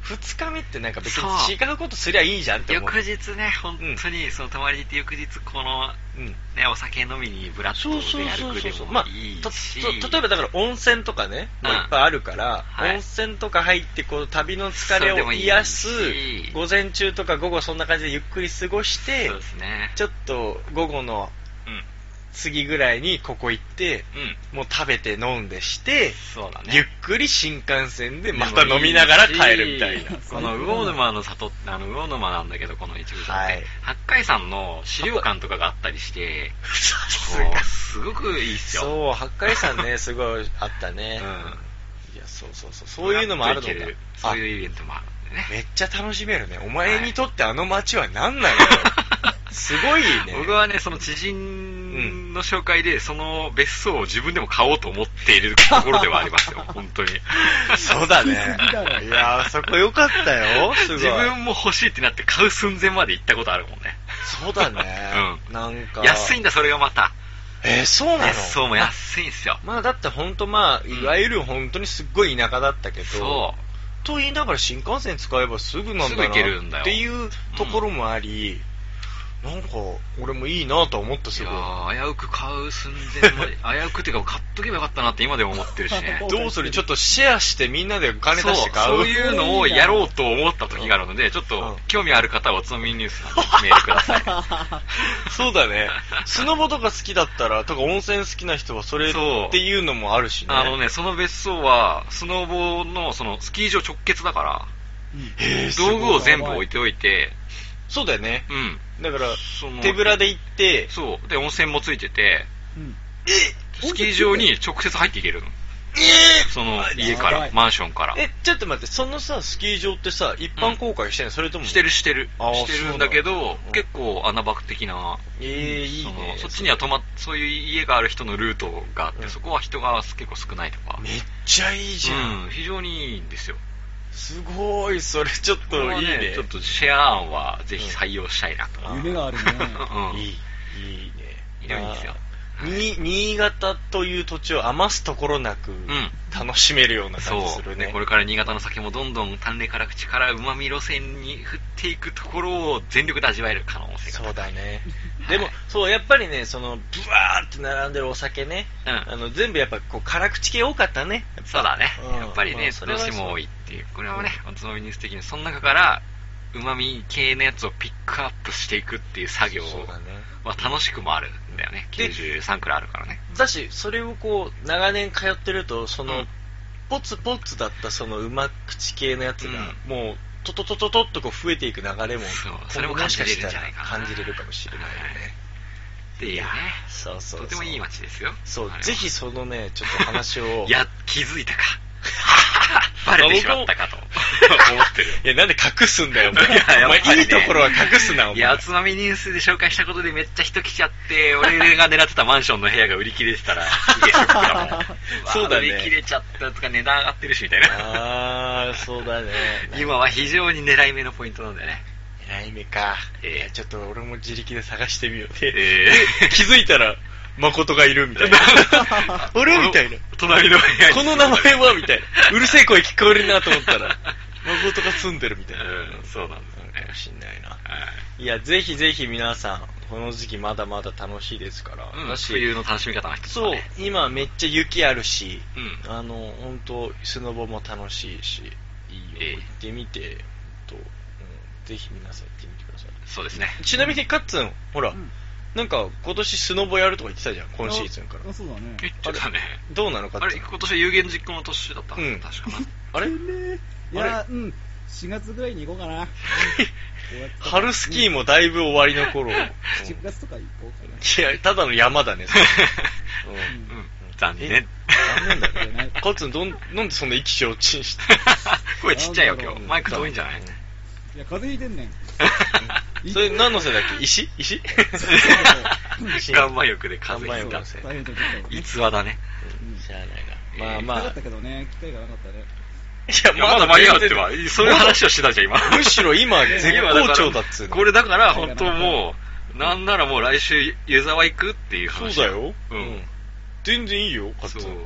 ふつかめってなんか別に違うことすりゃいいじゃんって思う。 翌日ね、本当にその泊まりに行って翌日この、うん、ね、お酒飲みにブラッドで歩くでもいいし、 まあ、例えばだから温泉とかね、もういっぱいあるから、うん、温泉とか入ってこう旅の疲れを癒す、午前中とか午後そんな感じでゆっくり過ごして、 そうですね、 ちょっと午後の、うん、次ぐらいにここ行って、うん、もう食べて飲んでして、 そうだね、 ゆっくり新幹線でまた飲みながら帰るみたいな。 この魚沼の里、あの魚沼なんだけど、この一部さんって、はい、八海山の資料館とかがあったりして、すごくいいっすよ。 そう、八海山ね、すごいあったね。うん、いや、そうそうそう、そういうのもあるのか。 そういうイベントもあるんでね。 めっちゃ楽しめるね。お前にとってあの街は何なのよ。すごいね。 僕はね、その知人の紹介で、その別荘を自分でも買おうと思っているところではありますよ、本当に。 そうだね。いやー、そこ良かったよ、すごい。 自分も欲しいってなって買う寸前まで行ったことあるもんね。 そうだね。うん。なんか。 安いんだ、それがまた。 えー、そうなの？ 別荘も安いんすよ。 まあだって本当まあ、いわゆる本当にすっごい田舎だったけど、そう。と言いながら新幹線使えばすぐなんだなっていうところもあり、なんか俺もいいなとは思った。すごい。 いやー、危うく買う寸前まで危うくっていうか買っとけばよかったなって今でも思ってるしね。 どうする？ちょっとシェアしてみんなでお金出して買う。 そう、そういうのをやろうと思った時があるので、ちょっと興味ある方はおつまみニュースなんでメールください。 そうだね。スノボとか好きだったら、とか温泉好きな人はそれっていうのもあるしね。 あのね、その別荘はスノボのそのスキー場直結だから、うん、道具を全部置いておいて。 そうだよね。 うん。 だから手ぶらで行って、 そうで温泉もついてて、うん、えスキー場に直接入っていけるの。 えー、 その家からマンションから。 えちょっと待って、そのさスキー場ってさ一般公開してるの、うん、それともしてるしてるしてるんだけど、うん、結構穴場的な、 えー、いいね。 そのそっちには泊まそういう家がある人のルートがあって、うん、そこは人が結構少ないとか。 めっちゃいいじゃん、 うん、非常にいいんですよ。 すごい、それちょっといいね。 ちょっとシェア案はぜひ採用したいなと。 夢があるね。 うん、いい、いいね。 いいですよ。 に新潟という土地を余すところなく楽しめるような感じするね。 そう、これから新潟の酒もどんどん淡麗辛口から旨味路線に振っていくところを全力で味わえる可能性が。 そうだね。でも、はい、そうやっぱりね、そのブワーって並んでるお酒ね、うん、あの全部やっぱこう辛口系多かったね。 そうだね。うん、やっぱりね、どうしても多いっていう。これはね、おつまみニュース的にその中から旨味系のやつをピックアップしていくっていう作業は楽しくもあるんだよね。きゅうじゅうさんくらいあるからね。 だし、それをこう長年通ってると、その、うん、ポツポツだったそのうま口系のやつが、うん、もうトトトトトッとこう増えていく流れも、 そうそれも感じれるんじゃないかな。 感じれるかもしれないよね。はい、 っていうね。 そうそうそう。 とてもいい街ですよ。 そう、ぜひそのね、ちょっと話を。 いや、気づいたか。バレてしまったかと思ってる。 いや、なんで隠すんだよ、お前。いや、お前、ね、いいところは隠すな、お前。 いや、おつまみニュースで紹介したことでめっちゃ人来ちゃって、俺が狙ってたマンションの部屋が売り切れてたら、いいでしょ、僕らも。そうだね。売り切れちゃったとか値段上がってるし、みたいな。 あー、そうだね。 今は非常に狙い目のポイントなんだよね。 狙い目か。えー、ちょっと俺も自力で探してみよう。えー、気づいたら、誠がいるみたいな。あれみたいな。 隣の部屋に。 この名前はみたいな。うるせえ声聞こえるなと思ったら、誠が住んでるみたいな。うん、 そうなんですよね。 かもしんないな。はい、いや、ぜひぜひ皆さん、この時期まだまだ楽しいですから。 うん、冬の楽しみ方の一つだね。 そう、今めっちゃ雪あるし、うん、あの、ほんと、スノボも楽しいし、いいよ、えー、行ってみて、と、うん、ぜひ皆さん行ってみてください。 そうですね。 ちなみにカッツン、ほら、うんなんか今年スノボやるとか言ってたじゃん、今シーズンから。 あ、そうだね。 言ってたね。 どうなのかって。 あれ、今年は有言実行の年だったの、うん、確かな。 あれいや、うん、しがつぐらいに行こうかな。 春スキーもだいぶ終わりの頃。 しちがつとか行こうかな。 いや、ただの山だね、それ。 うんうん、残念。 残念だね。カツン、どん、なんでそんな意気消沈して。 声ちっちゃいよ、今日。マイク遠いんじゃない？ いや、風邪ひいてんねん。 それ何のせいだっけ？石？石？ 岩盤浴で風邪ひいた。逸話だね。 しゃあないな。まあまあ。 なかったけどね、機会がなかったね。 いや、まだ間に合っては。そういう話をしてたじゃん、今。 むしろ今、絶好調だっつうの。 これだから、本当もう、なんならもう来週、湯沢行くっていう話。 そうだよ。うん。全然いいよ、カツン。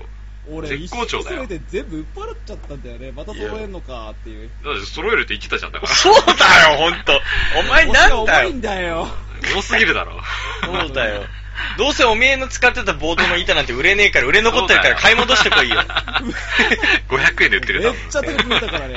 俺絶好調だよ。 一緒に全部売っ払っちゃったんだよね。また揃えんのかっていう。 だって揃えるって言ってたじゃんだから。 そうだよ、ほんと。お前なんだよ。 重いんだよ。 多すぎるだろ。 そうだよ。どうせおめえの使ってたボードの板なんて売れねえから、売れ残ってるから買い戻してこいよ。 ごひゃくえんで売ってるめだろ。 っちゃ高く売ったからね。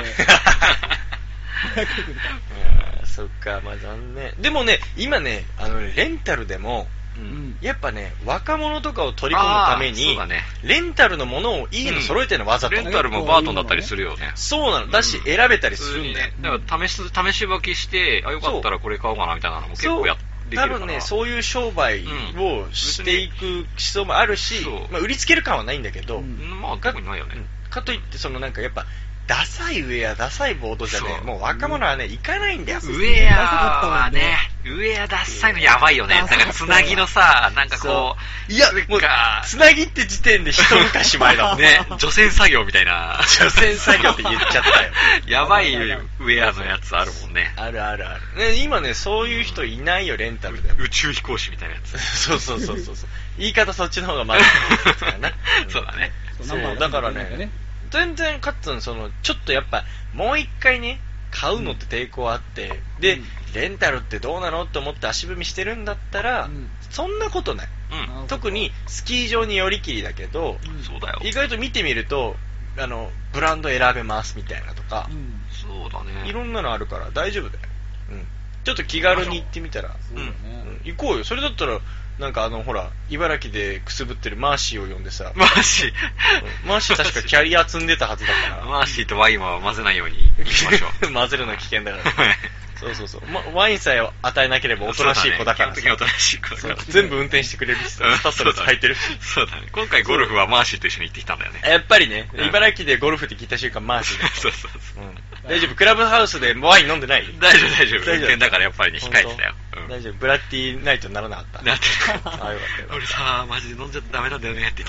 そっか、まあ残念。でもね、今ね、あのね、レンタルでも、 うん、 やっぱね、若者とかを取り込むために、 ね、 レンタルのものをいいの揃えてるのわざと。 レンタルもバートンだったりするよね。 そうなの。だし、選べたりするんだよ。 だから試し、試し履きして、あ、よかったらこれ買おうかなみたいなのも結構やって。 多分ね、そういう商売をしていく思想もあるし、うん、まあ、売りつける感はないんだけど、うん、 まあ特にないよね。 かといって、そのなんかやっぱ、ダサいウェア、ダサいボードじゃね、もう若者はね、行かないんだよ。 ウェアはね、ウェアダサいのやばいよね。なんかつなぎのさ、なんかこう、 いや、もう、つなぎって時点で一昔前だもんね。除染作業みたいな。 除染作業って言っちゃったよ。 やばいウェアのやつあるもんね。 あるあるある。ね、今ね、そういう人いないよ、レンタルで。 宇宙飛行士みたいなやつ。 そうそうそうそう。言い方そっちの方がまずいですからね。 そうだね。 そう、だからね、全然カッツン、その、ちょっとやっぱ、もう一回ね、買うのって抵抗あって、うん、で、うん、レンタルってどうなのって思って足踏みしてるんだったら、うん、そんなことない。うん、特にスキー場によりきりだけど、 うん、そうだよ。 意外と見てみると、あの、ブランド選べますみたいなとか、 うん、そうだね。 いろんなのあるから大丈夫だよ。うん。ちょっと気軽に行ってみたら、うん、うん、行こうよ。それだったら、なんかあのほら茨城でくすぶってるマーシーを呼んでさ、 マーシー、 うん、マーシー確かキャリア積んでたはずだからマーシーとワインは混ぜないように行きましょう。 混ぜるの危険だからそうそうそう、ま、ワインさえ与えなければおとなしい子だからさ、 ね、おとなしい子だから全部運転してくれるしさ、スタッドレス履いてるし、 そうだね。今回ゴルフはマーシーと一緒に行ってきたんだよね。 やっぱりね、うん、茨城でゴルフって聞いた瞬間マーシーだそうそうそう、 うん、大丈夫。クラブハウスでワイン飲んでない？ 大丈夫大丈夫。運転だからやっぱりね控えてたよ。 うん、大丈夫。ブラッディナイトにならなかった。 なってあ、よかったよ。 俺さ、マジで飲んじゃダメなんだよねって言って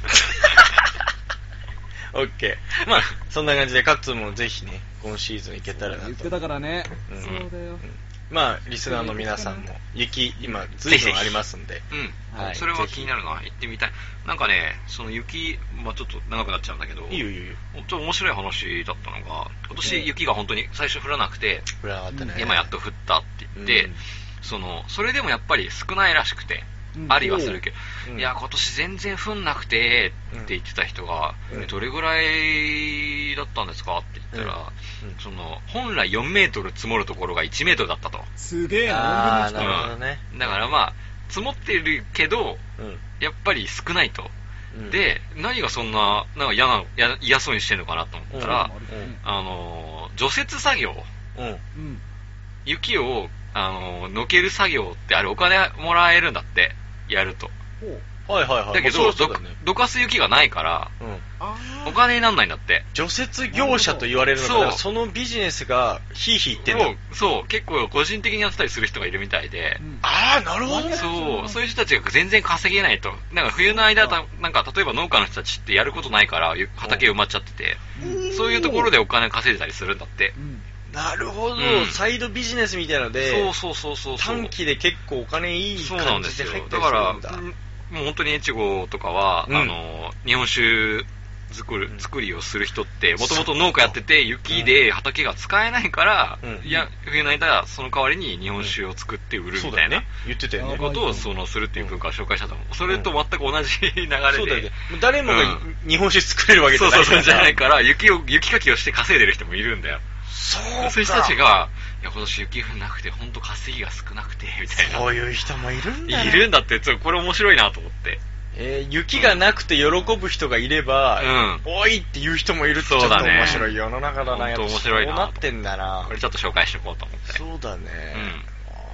た。オッケー。まあそんな感じでカッツンもぜひね今シーズン行けたらなと。 言ってたからね。 うん、 そうだよ。うん、 まあリスナーの皆さんも雪今ずいぶんありますんで、 うん、はい、それは気になるな。行ってみたい。なんかね、その雪、まあちょっと長くなっちゃうんだけど、 いいよいいよ。 本当面白い話だったのが、今年雪が本当に最初降らなくて、 降らなかったね。 今やっと降ったって言って、うん、そのそれでもやっぱり少ないらしくて。うん、ありはするけど、うん、いや今年全然降んなくてって言ってた人が、うん、どれぐらいだったんですかって言ったら、うんうん、その本来よんメートル積もるところがいちメートルだったと。 すげえな。 あー、なるほどね。 だからまあ積もってるけど、うん、やっぱり少ないと、うん、で何がそんななんか嫌な嫌そうにしてるのかなと思ったら、うん、あの除雪作業、うん、雪をあののける作業ってあれお金もらえるんだってやると。 はいはいはい。 だけど、ど、どかす雪がないから、うん、お金になんないんだって。 除雪業者と言われるのが、そのビジネスがヒーヒー言ってんだ。 そう、結構個人的にやってたりする人がいるみたいで。 うん、ああ、なるほどね。 そう、そういう人たちが全然稼げないと。なんか冬の間、なんか例えば農家の人たちってやることないから、畑埋まっちゃってて、うん、そういうところでお金稼いでたりするんだって。うん、 なるほど、うん、サイドビジネスみたいなので、 そうそうそうそう。 短期で結構お金いい感じで入ってるんだ。 だから、もう本当に越後とかは、うん、あの日本酒作る、作りをする人ってもともと農家やってて雪で畑が使えないから、うん、いや冬の間その代わりに日本酒を作って売るみたいな、 ね、言ってたよね、 ことをそのするっていう文化を紹介したと思う。それと全く同じ流れで、そうだよね、 誰もが日本酒作れるわけじゃない、 そうそうそうじゃないから雪を雪かきをして稼いでる人もいるんだよ。 そうか。 そういう人たちがいや今年雪降んなくて本当稼ぎが少なくてみたいな、 そういう人もいるんだ、ね、 いるんだって。これ面白いなと思って。 えー、雪がなくて喜ぶ人がいれば、うん、おいっていう人もいるってちょっと面白い世の中だな。 本当面白いな。 そうなってんだな。 これちょっと紹介しておこうと思って。 そうだね。うん。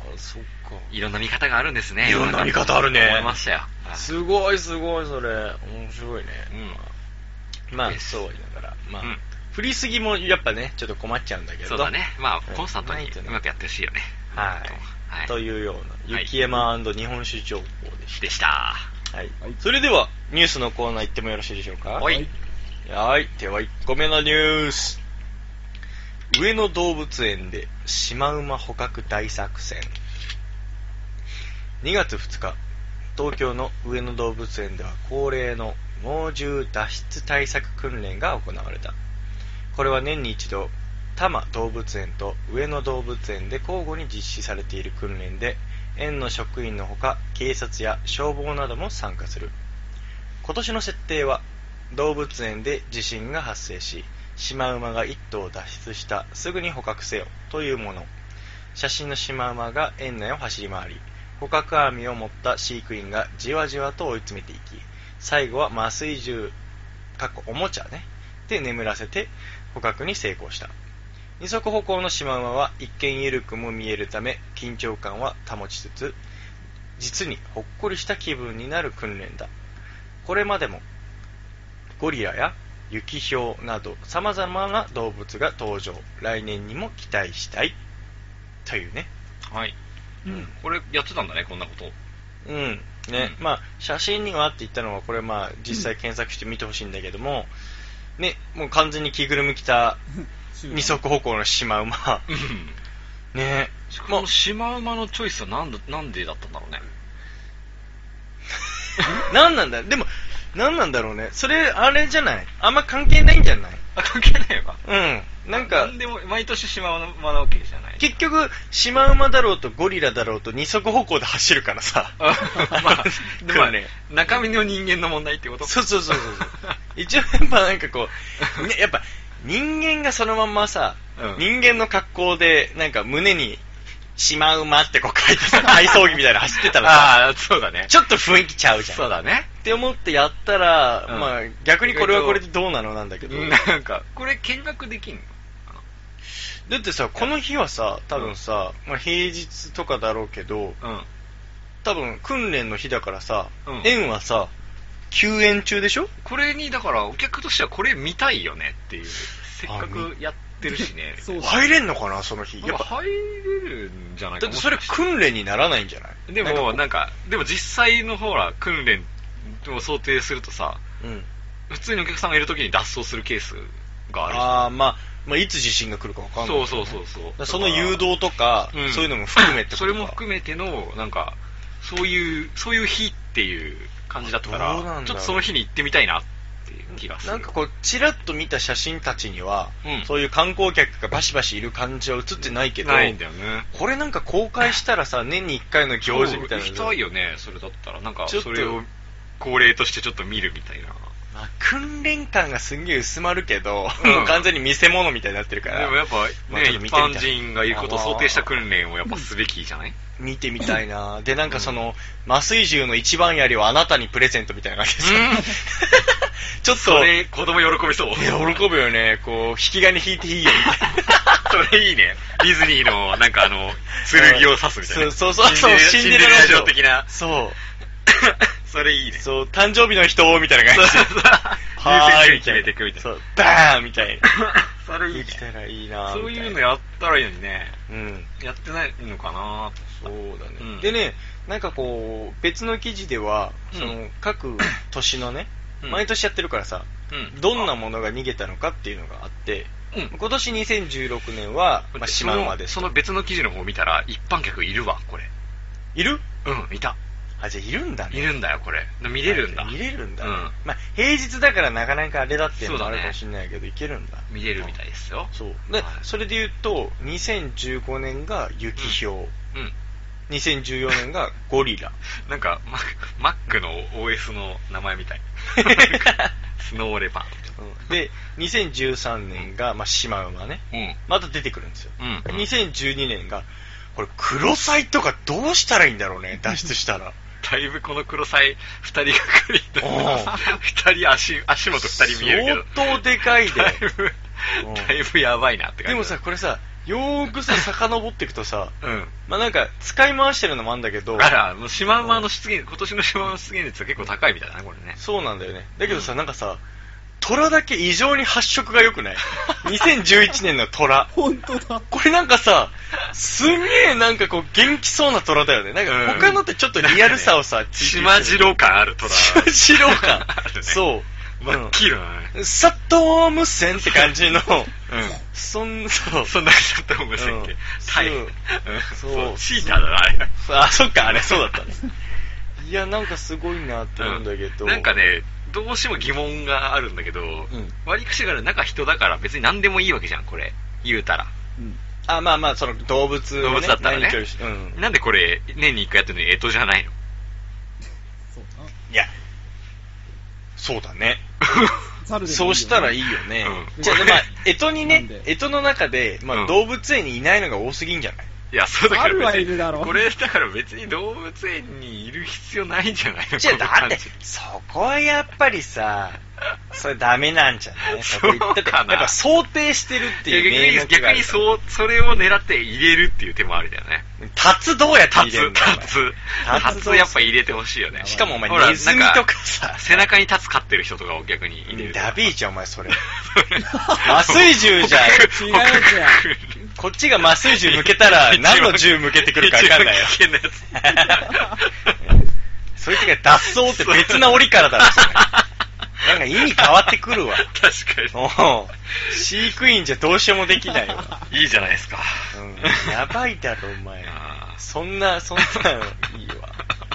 ああ、そっか。 いろんな見方があるんですね。 いろんな見方あるね。 思いましたよ。 すごいすごいそれ。面白いね。うん。まあそうだからまあ、うん、振りすぎもやっぱねちょっと困っちゃうんだけど。 そうだね。まあコンスタントにうまくやってほしいよね。 はい。はい、というような雪山&日本酒情報でした。 でした。 はい、それではニュースのコーナー行ってもよろしいでしょうか。 はい。 はい。ではいっこめのニュース。上野動物園でシマウマ捕獲大作戦。にがつふつか、東京の上野動物園では恒例の猛獣脱出対策訓練が行われた。これは年に一度多摩動物園と上野動物園で交互に実施されている訓練で、園の職員のほか警察や消防なども参加する。今年の設定は、動物園で地震が発生し、シマウマが一頭脱出した、すぐに捕獲せよというもの。写真のシマウマが園内を走り回り、捕獲網を持った飼育員がじわじわと追い詰めていき、最後は麻酔銃かっこおもちゃねで眠らせて捕獲に成功した。二足歩行のシマウマは一見緩くも見えるため、緊張感は保ちつつ、実にほっこりした気分になる訓練だ。これまでもゴリラや雪ひょうなど様々な動物が登場。来年にも期待したいというね。 はい、うん、これやってたんだね、こんなこと。 うんね、うん、まあ写真にはって言ったのはこれまあ実際検索して見てほしいんだけども、うん、ね、もう完全に着ぐるみ着た二足歩行のシマウマね。 しかもシマウマのチョイスはなんで、なんでだったんだろうね。 なんなんだでもなんなんだろうね。それあれじゃない、あんま関係ないんじゃない。 あ、関係ないのか。 うん、なんかなんでも毎年シマウマなわけじゃない。 結局シマウマだろうとゴリラだろうと二足歩行で走るからさ。 あまあでもね、中身の人間の問題ってこと。 そうそうそうそう一応やっぱなんかこう、ね、やっぱ人間がそのまんまさ、うん、人間の格好でなんか胸にシマウマってこう書いてさ、体操着みたいな走ってたらさ、 あ、そうだね、 ちょっと雰囲気ちゃうじゃん。 そうだねって思ってやったら、うん、まあ逆にこれはこれでどうなのなんだけど、 なんかこれ見学できんの。 だってさ、この日はさ、多分さ、うん、まあ、平日とかだろうけど、うん、多分訓練の日だからさ、うん、園はさ休園中でしょ。 これにだからお客としてはこれ見たいよねっていう、せっかくやってるしね。 そう入れんのかなその日。 やっぱ入れるんじゃないか。 だってそれ訓練にならないんじゃない。 でもなんかでも実際のほら訓練を想定するとさ、うん、普通にお客さんがいる時に脱走するケースがある。 ああ、まあまあ、いつ地震が来るか分かんない、ね、 そうそうそうそう。 その誘導とか、うん、そういうのも含めてそれも含めてのなんかそういうそういう日っていう感じだったから、ちょっとその日に行ってみたいなっていう気がする。 なんかこうチラッと見た写真たちには、うん、そういう観光客がバシバシいる感じは写ってないけど、 ないんだよね。 これなんか公開したらさ、年にいっかいの行事みたいな。 行きたいよね。それだったらなんかそれを恒例としてちょっと見るみたいな。 まあ、訓練感がすんげえ薄まるけど、うん、もう完全に見せ物みたいになってるから。 でもやっぱ、ね、まあ、一般人がいることを想定した訓練をやっぱすべきじゃない？ 見てみたいな。で、なんかその、うん、麻酔銃の一番槍をあなたにプレゼントみたいな感じでさ、うん、ちょっと。 それ、子供喜びそう。いや、喜ぶよね。こう、引き金引いていいよみたいな。それいいね。ディズニーの、なんかあの、剣を刺すみたいな。 そうそうそう、 シンデレラ城的な。 そう。 それいいね。 そう、誕生日の人みたいな感じで。 はーい、決めてくみたいな。 そう、バーンみたいな。 それいいね。 できたらいいな。 そういうのやったらいいのにね。 うん。 やってないのかな。 そうだね、うん。でね、なんかこう、別の記事では、うん、その、各年のね、うん、毎年やってるからさ、うん、どんなものが逃げたのかっていうのがあって、うん、今年にせんじゅうろくねんは、まあ、シマウマです。 その別の記事の方見たら、一般客いるわ、これ。 いる？ うん、いた。 あ、じゃあいるんだね。 いるんだよ、これ。見れるんだ。 見れるんだ、ね。うん。まあ、平日だからなかなかあれだっていうのもあるかもしれないけど、ね、いけるんだ。 見れるみたいですよ。 そう。で、はい、それで言うと、にせんじゅうごねんが雪ひょう。うん。にせんじゅうよねんがゴリラ。 なんか、マックの オーエス の名前みたい。スノーレパー。 うん、で、にせんじゅうさんねんが、まあ、シマウマね。うん。また出てくるんですよ。うん。にせんじゅうにねんが、これ、クロサイとかどうしたらいいんだろうね、脱出したら。 だいぶこのクロサイ二人がかり二人足、足元二人見えるけど。 相当でかいで。だいぶ、だいぶやばいなって感じ。 でもさ、これさ、よーくさ、遡っていくとさ、うん。まあなんか、使い回してるのもあるんだけど。 あら、もうシマウマの出現、今年のシマウマの出現率は結構高いみたいだね、これね。 そうなんだよね。だけどさ、うん、なんかさ、虎だけ異常に発色が良くない？ にせんじゅういちねんの虎。 本当だ。 これなんかさ、すんげえなんかこう元気そうな虎だよね。なんか他のってちょっとリアルさをさ、 島次郎感ある虎。 島次郎感。あるね。そう。 真っ黄色だね。 サトウムセンって感じの、うん。そん、そう。 そんなサトウムセンって。はい。 そう。 チーターだな、あれ。 あ、そっか、あれ、そうだったね。いや、なんかすごいなって思うんだけど。 なんかね、 どうしても疑問があるんだけど、うん、割り口が中人だから別に何でもいいわけじゃん、これ。言うたら。 うん、あ、まあまあ、その動物、ね、 動物だったらね。 うん、 なんでこれ、年に一回やってるのに干支じゃないの？ そういや、そうだね。そうしたらいいよね。うん、じゃあ、まあ、干支にね、干支の中で、まあ、うん、動物園にいないのが多すぎんじゃない？ いや、そうだから別に、 これだから別に動物園にいる必要ないんじゃないの？ じゃあ、だって、そこはやっぱりさ、それダメなんじゃない？ そうかな。 やっぱ想定してるっていう名目が逆にそう、それを狙って入れるっていう手もあるじゃない？ タツどうやって入れるの？ タツ。タツやっぱ入れてほしいよね。 しかもお前ネズミとかさ、 背中にタツ飼ってる人とかを逆に入れる。 ダビーじゃんお前それ。麻酔銃じゃん。 違うやつや。 こっちが麻酔銃向けたら何の銃向けてくるか分かんないよ。 危険なやつ。そいつが脱走って別な檻からだろ、それ。なんか意味変わってくるわ。 確かに。 お飼育員じゃどうしようもできないわ。 いいじゃないですか。 うん、やばいだろ、お前。そんな、そんなのいいわ。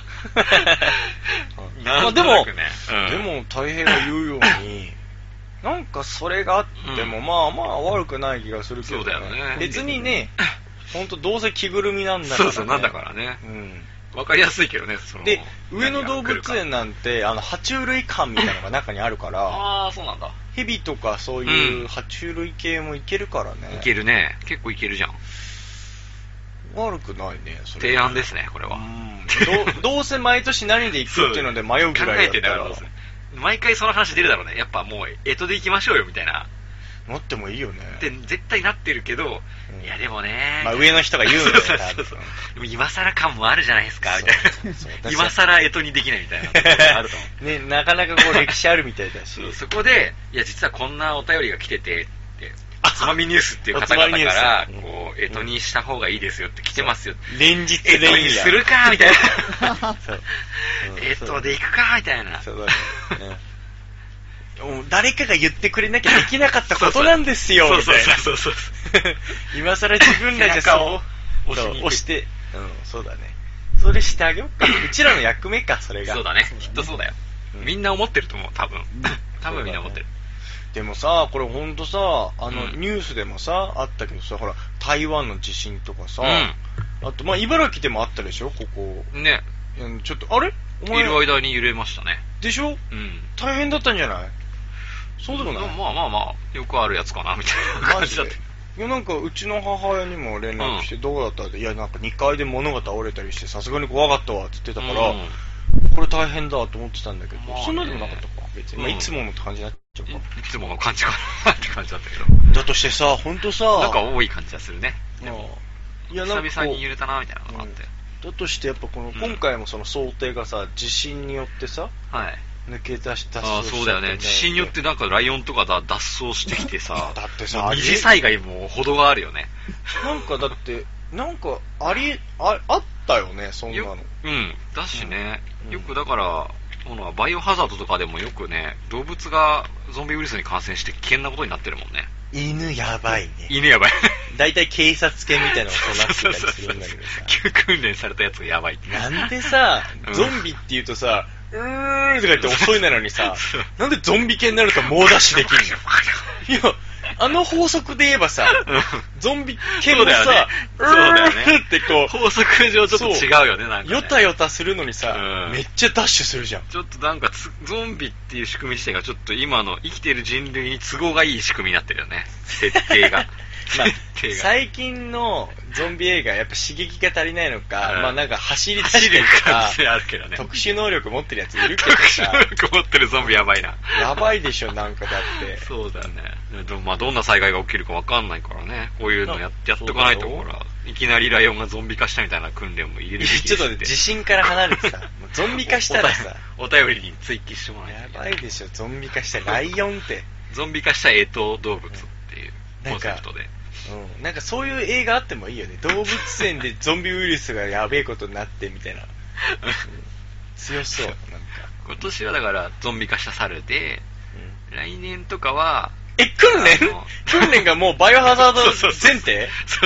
まあでも、うん、でも大平が言うように、なんかそれがあっても、うん、まあまあ悪くない気がするけど、ね、 そうだよね。 別にね、ほんとどうせ着ぐるみなんだから、ね。 そうそう、なんだからね。うん。わかりやすいけどね、その。 で、上野動物園なんて、あの、爬虫類館みたいなのが中にあるから、 ああ、そうなんだ。 蛇とかそういう爬虫類系もいけるからね。 いけるね。結構いけるじゃん。 悪くないね、 それ。提案ですね、これは。 うんど。どうせ毎年何で行くっていうので迷うぐらいだったら。考えて毎回その話出るだろうね。やっぱもう、干支で行きましょうよ、みたいな。 なってもいいよね。 で、絶対なってるけど、うん、いやでもね。 まあ上の人が言うんだよ、 そうそうそう。でも今更感もあるじゃないですか、みたいな。今更干支にできないみたいなところがあると思う。 ね、なかなかこう歴史あるみたいだし。 そこで、いや実はこんなお便りが来てて、って、つまみニュースっていう方々から、こう、干支にした方がいいですよって来てますよ。 連日連夜。干支にするかみたいな。干支で行くかみたいな。そうだね。 誰かが言ってくれなきゃできなかったことなんですよ。 そうそうそうそう。 今更自分らじゃそう、押して、うん、そうだね。それしてあげようか。うちらの役目か、それが。 そうだね。きっとそうだよ。みんな思ってると思う、多分。多分みんな思ってる。 でもさ、これほんとさ、あの、ニュースでもさ、あったけどさ、ほら、台湾の地震とかさ、あと、まあ、茨城でもあったでしょ、ここ。 ね。 ちょっと、あれお前いる間に揺れましたね。 でしょ？うん。大変だったんじゃない？そうでもない。 まあまあまあ、よくあるやつかな、みたいな感じだった。いや、なんか、うちの母親にも連絡して、どうだったって、いや、なんかにかいで物が倒れたりして、さすがに怖かったわ、って言ってたから、うん、これ大変だと思ってたんだけど、まあ、そんなでもなかったか、別に。うん、まあ、いつもの感じになっちゃうか。 い, いつもの感じかなって感じだったけど。 だとしてさ、ほんとさ、 なんか多い感じがするね。でも、いや、なんか久々に揺れたな、みたいなのがあって。 うん、だとして、やっぱこの、今回もその想定がさ、地震によってさ、 はい。 抜け出した、 ああ、そうだよね。地震によってなんかライオンとかだ脱走してきてさ、 だってさ、 二次災害も程があるよね。 なんかだって、なんかあり、あ、あったよね、そんなの。 うん、だしね、うん、よくだから、このバイオハザードとかでもよくね、動物がゾンビウイルスに感染して危険なことになってるもんね。 犬やばいね。 犬やばい。 だいたい警察犬みたいなのがそうなってたりするんだけどさ。 急訓練されたやつがやばいって。 なんでさ、ゾンビって言うとさ、うーんとか言って遅いなのにさ、なんでゾンビ系になると猛ダッシュできるの？いや、あの法則で言えばさ、ゾンビ系もさ、 そうだよね。 ってこう、 法則上ちょっと違うよね、なんか、ね。 ヨタヨタするのにさ、うん、めっちゃダッシュするじゃん。 ちょっとなんかゾンビっていう仕組み自体がちょっと今の生きてる人類に都合がいい仕組みになってるよね。設定が。 まあ、最近のゾンビ映画やっぱ刺激が足りないのか、うん、まあなんか走り出したりとか、 あるけどね、 特殊能力持ってるやついるけどさ、 特殊能力持ってるゾンビやばいな。 やばいでしょ、なんかだって。 そうだよね。でもまあどんな災害が起きるかわかんないからね、こういうのややっとかないとほら、いきなりライオンがゾンビ化したみたいな訓練も入れるべきですって。 ちょっと地震から離れてさ、ゾンビ化したらさ、 お便りに追記してもらえやばいでしょ、ゾンビ化したライオンって。 ゾンビ化した干支動物っていうコンセプトで。 うん、なんかそういう映画あってもいいよね。動物園でゾンビウイルスがやべえことになってみたいな、うん、強そう。なんか今年はだからゾンビ化した猿で、うん、来年とかはえ訓練訓練がもうバイオハザード前提そう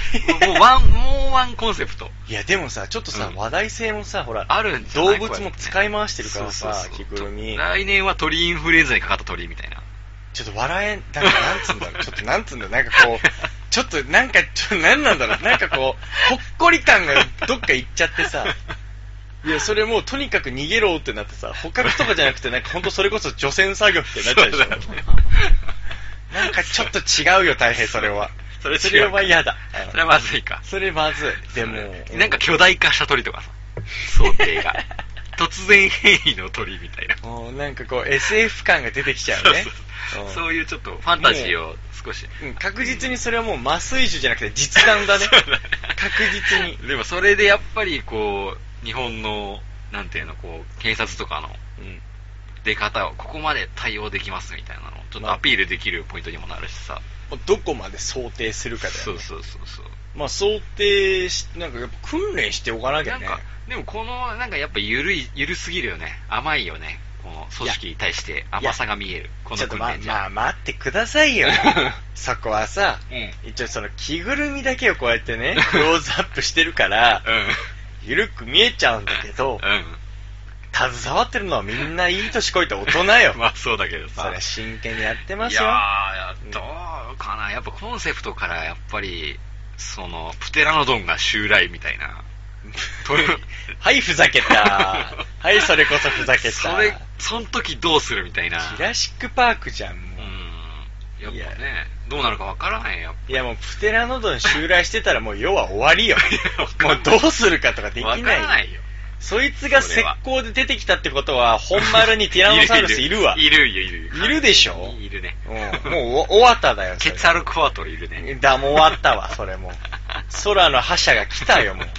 もうワン、もうワンコンセプト。 いや、でもさ、ちょっとさ、 うん話題性もさ、ほら、 あるんじゃない動物も使い回してるからさ、着ぐるみ。 来年は鳥インフルエンザにかかった鳥みたいな。 ちょっと笑えん、なんかなんつうんだろう、ちょっとなんつうんだろう、なんかこう、ちょっとなんか、ちょっとなんなんだろう、なんかこう、ほっこり感がどっか行っちゃってさ、いや、それもうとにかく逃げろってなってさ、捕獲とかじゃなくて、なんかほんとそれこそ除染作業ってなっちゃうでしょ。なんかちょっと違うよ、大変それは。 それそれは嫌だ。 それはまずいか。 それまずい。でも、 なんか巨大化した鳥とかさ、想定が。突然変異の鳥みたいな。 もうなんかこう エスエフ 感が出てきちゃうね。 そうそうそう、そういうちょっとファンタジーを少し。 うん、確実にそれはもう麻酔銃じゃなくて実弾だね。確実に。 でもそれでやっぱりこう、日本の、なんていうの、こう、警察とかの出方を、ここまで対応できますみたいなのを、ちょっとアピールできるポイントにもなるしさ。 どこまで想定するかだよね。 そうそうそうそう。 まあ想定し、なんかやっぱ訓練しておかなきゃね。 なんか、でもこの、なんかやっぱ緩い、緩すぎるよね。甘いよね。この組織に対して甘さが見える。この訓練じゃ。 まあまあ待ってくださいよ。そこはさ、 うん、 一応その着ぐるみだけをこうやってね、クローズアップしてるから、うん、緩く見えちゃうんだけど、うん、携わってるのはみんないい年こいた大人よ。 まあそうだけどさ。 それは真剣にやってますよ。 いやー、どうかな。やっぱコンセプトからやっぱり、その、プテラノドンが襲来みたいな。 はい、ふざけた。はい、それこそふざけた。 それ、その時どうするみたいな。 ジュラシックパークじゃん、もう。 うん。やっぱね、どうなるかわからないよ。 いや、もうプテラノドン襲来してたらもう世は終わりよ。もうどうするかとかできない。 わからないよ。 そいつが石膏で出てきたってことは、本丸にティラノサウルスいるわ。 いるよ、いるよ。 いるでしょ？ いるね。 うん、もう終わっただよ。 ケツァルクワトルいるね。 だ、もう終わったわ、それも。空の覇者が来たよ、もう。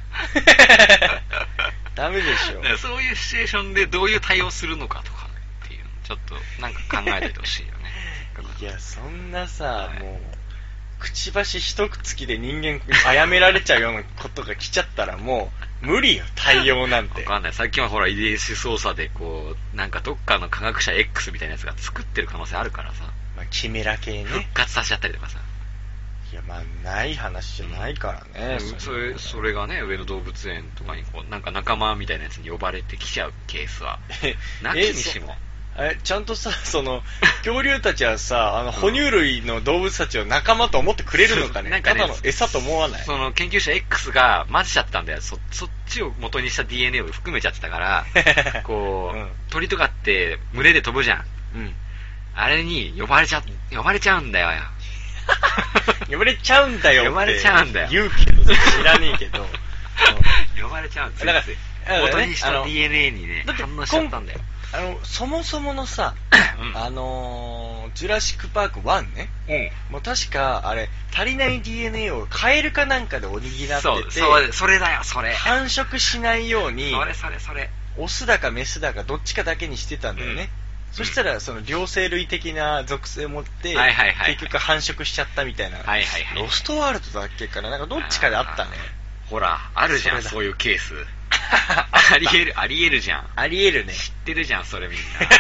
ダメでしょ。 そういうシチュエーションでどういう対応するのかとかっていうのちょっとなんか考えておいてほしいよね。 いや、そんなさ、はい、もう、くちばし一つきで人間殺められちゃうようなことが来ちゃったらもう、無理よ、対応なんて。 わかんない。最近はほら、遺伝子操作でこう、なんかどっかの科学者 X みたいなやつが作ってる可能性あるからさ。 まあ、キメラ系ね。 復活させちゃったりとかさ。 いや、まあ、ない話じゃないからね。 うん、それ、それがね、上野動物園とかにこう、なんか仲間みたいなやつに呼ばれてきちゃうケースは。なきにしも。 え、ちゃんとさ、その、恐竜たちはさ、あの、哺乳類の動物たちを仲間と思ってくれるのかね。なんかね、ただの餌と思わない。 その、研究者 X が混ぜちゃったんだよ。そ、そっちを元にした ディーエヌエー を含めちゃってたから、こう、うん、鳥とかって群れで飛ぶじゃん。うん。あれに呼ばれちゃ、呼ばれちゃうんだよ。 呼ばれちゃうんだよ。 呼ばれちゃうんだよ。 言うけど、知らねえけど。 呼ばれちゃうんだよ。だから、元にした ディーエヌエー にね、反応しちゃったんだよ。 あの、そもそものさ、うん、あのー、ジュラシックパークワンね、うん、もう確か、あれ、足りない ディーエヌエー をカエルかなんかで補ってて、 そう、そう、それだよ、それ。 繁殖しないように、 それそれそれ。 オスだかメスだかどっちかだけにしてたんだよね。うん、そしたら、その両生類的な属性を持って、はいはいはい、結局繁殖しちゃったみたいな。はいはいはい、ロストワールドだっけかな、なんかどっちかであったね。 ほら、あるじゃん、そういうケース。ありえる、ありえるじゃん。 ありえるね。 知ってるじゃん、それみん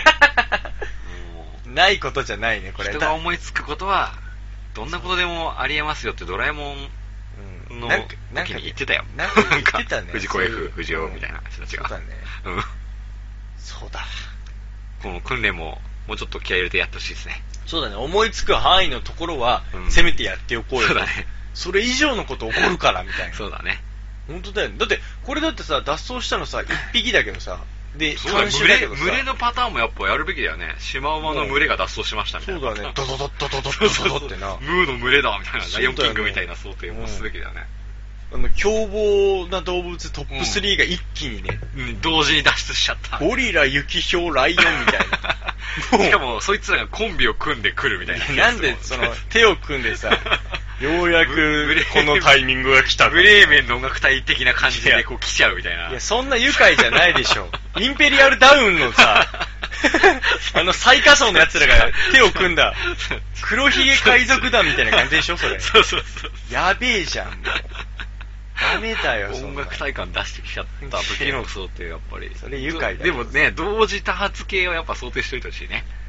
な。ないことじゃないね、これ。 人が思いつくことは、どんなことでもありえますよってドラえもんの時に言ってたよ。 なんか言ってたね。 藤子 F、藤尾みたいな人たちが。 そうだね。うん。そうだ。 この訓練も、もうちょっと気合い入れてやってほしいですね。 そうだね。思いつく範囲のところは、せめてやっておこうよ。そうだね。それ以上のこと起こるから、みたいな。 そうだね。 本当だよね。だって、これだってさ、脱走したのさ、一匹だけどさ、で、 監視だけどさ、群れのパターンもやっぱやるべきだよね。シマウマの群れが脱走しましたみたいな。 そうだね。ドドドドドドドドドってな。 ムーの群れだみたいな。ライオンキングみたいな想定もすべきだよね。 あの、凶暴な動物トップスリーが一気にね、 うん、同時に脱出しちゃった。 ゴリラ、ユキヒョウ、ライオンみたいな。しかも、そいつらがコンビを組んでくるみたいな。 なんで、その、手を組んでさ、ようやくこのタイミングが来た。 ブレーメンの音楽隊的な感じでこう来ちゃうみたいな。 いや、そんな愉快じゃないでしょ。インペリアルダウンのさ、あの最下層の奴らが手を組んだ、黒ひげ海賊団みたいな感じでしょ、それ。 そうそうそう。 やべえじゃん、もう。ダメだよ、 音楽体感出してきちゃった時の想定やっぱり。 それ愉快だでもね、同時多発系はやっぱ想定しといてほしいね。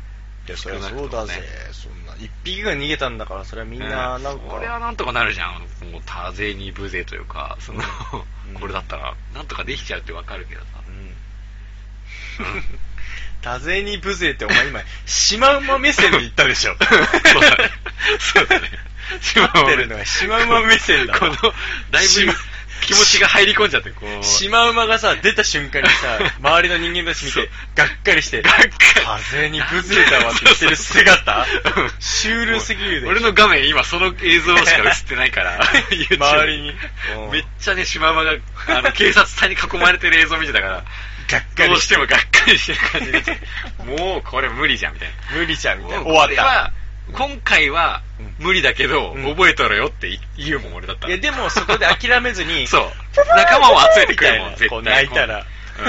やそりゃそうだぜ、そんないっぴきが逃げたんだからそれはみんななんか、うん、 これはなんとかなるじゃん。もう多勢に無勢というかその、うん、これだったらなんとかできちゃうってわかるけどさ、 うん多勢に無勢ってお前今シマウマ目線で言ったでしょそうだねそうだねシマウマってるのはシマウマ目線だこのだいぶ気持ちが入り込んじゃってこうシマウマがさ出た瞬間にさ周りの人間たち見てがっかりしてがっかり風に無勢だわって言ってる姿シュールすぎるでしょ。 俺の画面今その映像しか映ってないから周りにめっちゃねシマウマがあの警察隊に囲まれてる映像見てたからがっかりどうしてもがっかりしてる感じでもうこれ無理じゃんみたいな無理じゃんみたいな終わった今回は無理だけど、うん、覚えとろよって言うもん俺だったら。 いやでもそこで諦めずにそう仲間を集めてくるもん絶対こう泣いたら、うん、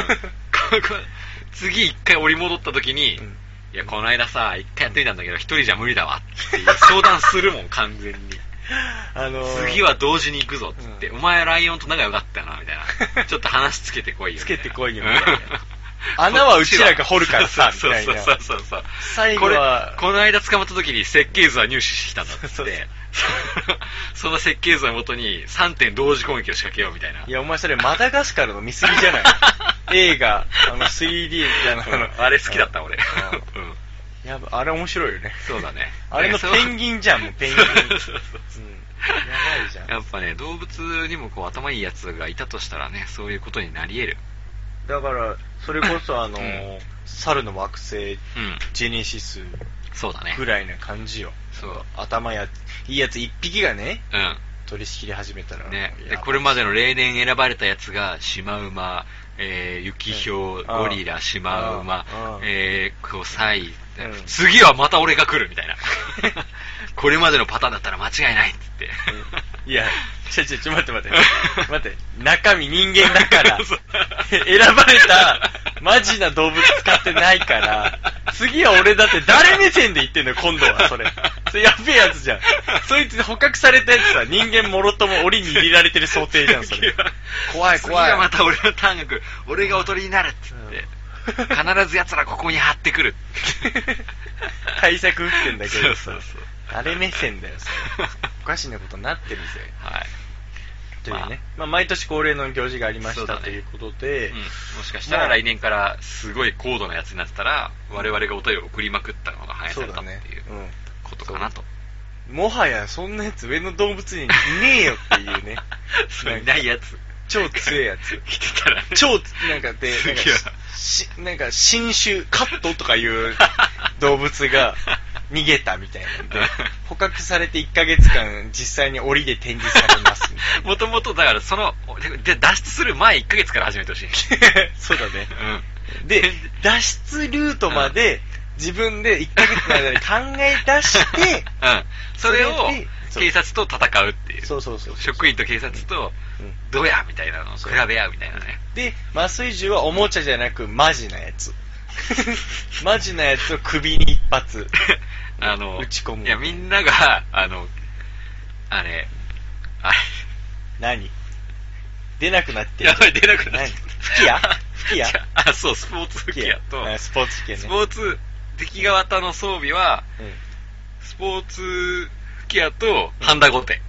次一回折り戻った時に、うん、いやこの間さ一回やってみたんだけど一人じゃ無理だわっていう相談するもん完全にあのー、次は同時に行くぞっつって、うん、お前ライオンと仲良かったよなみたいなちょっと話つけてこいよつけてこいよみたいな穴はうちらが掘るからさみたいな。 そうそうそうそう。 最後はこれこの間捕まった時に設計図は入手してきたんだってそうそうその設計図をもとにさんてん同時攻撃を仕掛けようみたいな。 いやお前それマダガスカルの見過ぎじゃない映画あの スリーディー じゃないのあれ好きだった俺、 うん、やばあれ面白いよね。 そうだねあれのペンギンじゃんもうペンギンそうそうそう、うん、やばいじゃん。 やっぱね動物にもこう頭いいやつがいたとしたらねそういうことになり得る。 だからそれこそあの、うん、猿の惑星、うん、ジェネシスそうだねぐらいな感じよ。 そう頭やいいやつ一匹がね、 うん、 取り仕切り始めたらね。でこれまでの例年選ばれたやつがシマウマ、えー、ユキヒョウ、ゴリラ、シマウマ、えー、コサイ、うん、次はまた俺が来るみたいなこれまでのパターンだったら間違いないって言って、 うん、いやちょちょちょ待って待って待って中身人間だから選ばれたマジな動物使ってないから次は俺だって誰目線で言ってんのよ今度はそれそれやべえやつじゃん。そいつ捕獲されたやつさ人間もろとも檻に入れられてる想定じゃんそれ怖い怖い。 次はまた俺のターンが来る俺がおとりになるって言って、うん、必ず奴らここに張ってくる対策打ってんだけどさそうそうそう誰目線だよそれおかしなことになってるぜ。 はいというね、まあ、まあ、毎年恒例の行事がありました、ね、ということで、 うん、もしかしたら来年からすごい高度なやつになってたら、うん、我々がお便りを送りまくったのが反映されたっていうことかなと、 うん、もはやそんなやつ上の動物園にいねえよっていうねそういないやつ超強いやつ来てたら、ね、 超なんかでなんかしなんか新種カットとかいう動物が逃げたみたいなんで捕獲されていっかげつかん実際に檻で展示されますみたいな。 もともとだからそので脱出する前いっかげつから始めてほしいそうだね、うん、で脱出ルートまで自分でいっかげつの間に考え出して、 うん、それを警察と戦うっていう。 そうそうそうそう職員と警察とどうやみたいなのを比べ合うみたいなね。 で麻酔銃はおもちゃじゃなくマジなやつマジなやつを首に一発あの打ち込む。 いやみんながあのあれあれ何出なくなってる。やばい出なくなってる。 吹き矢吹き矢あそうスポーツ吹き矢とスポーツ吹き矢ね。 スポーツ敵側型の装備は、うん、スポーツ吹き矢とハンダゴテ。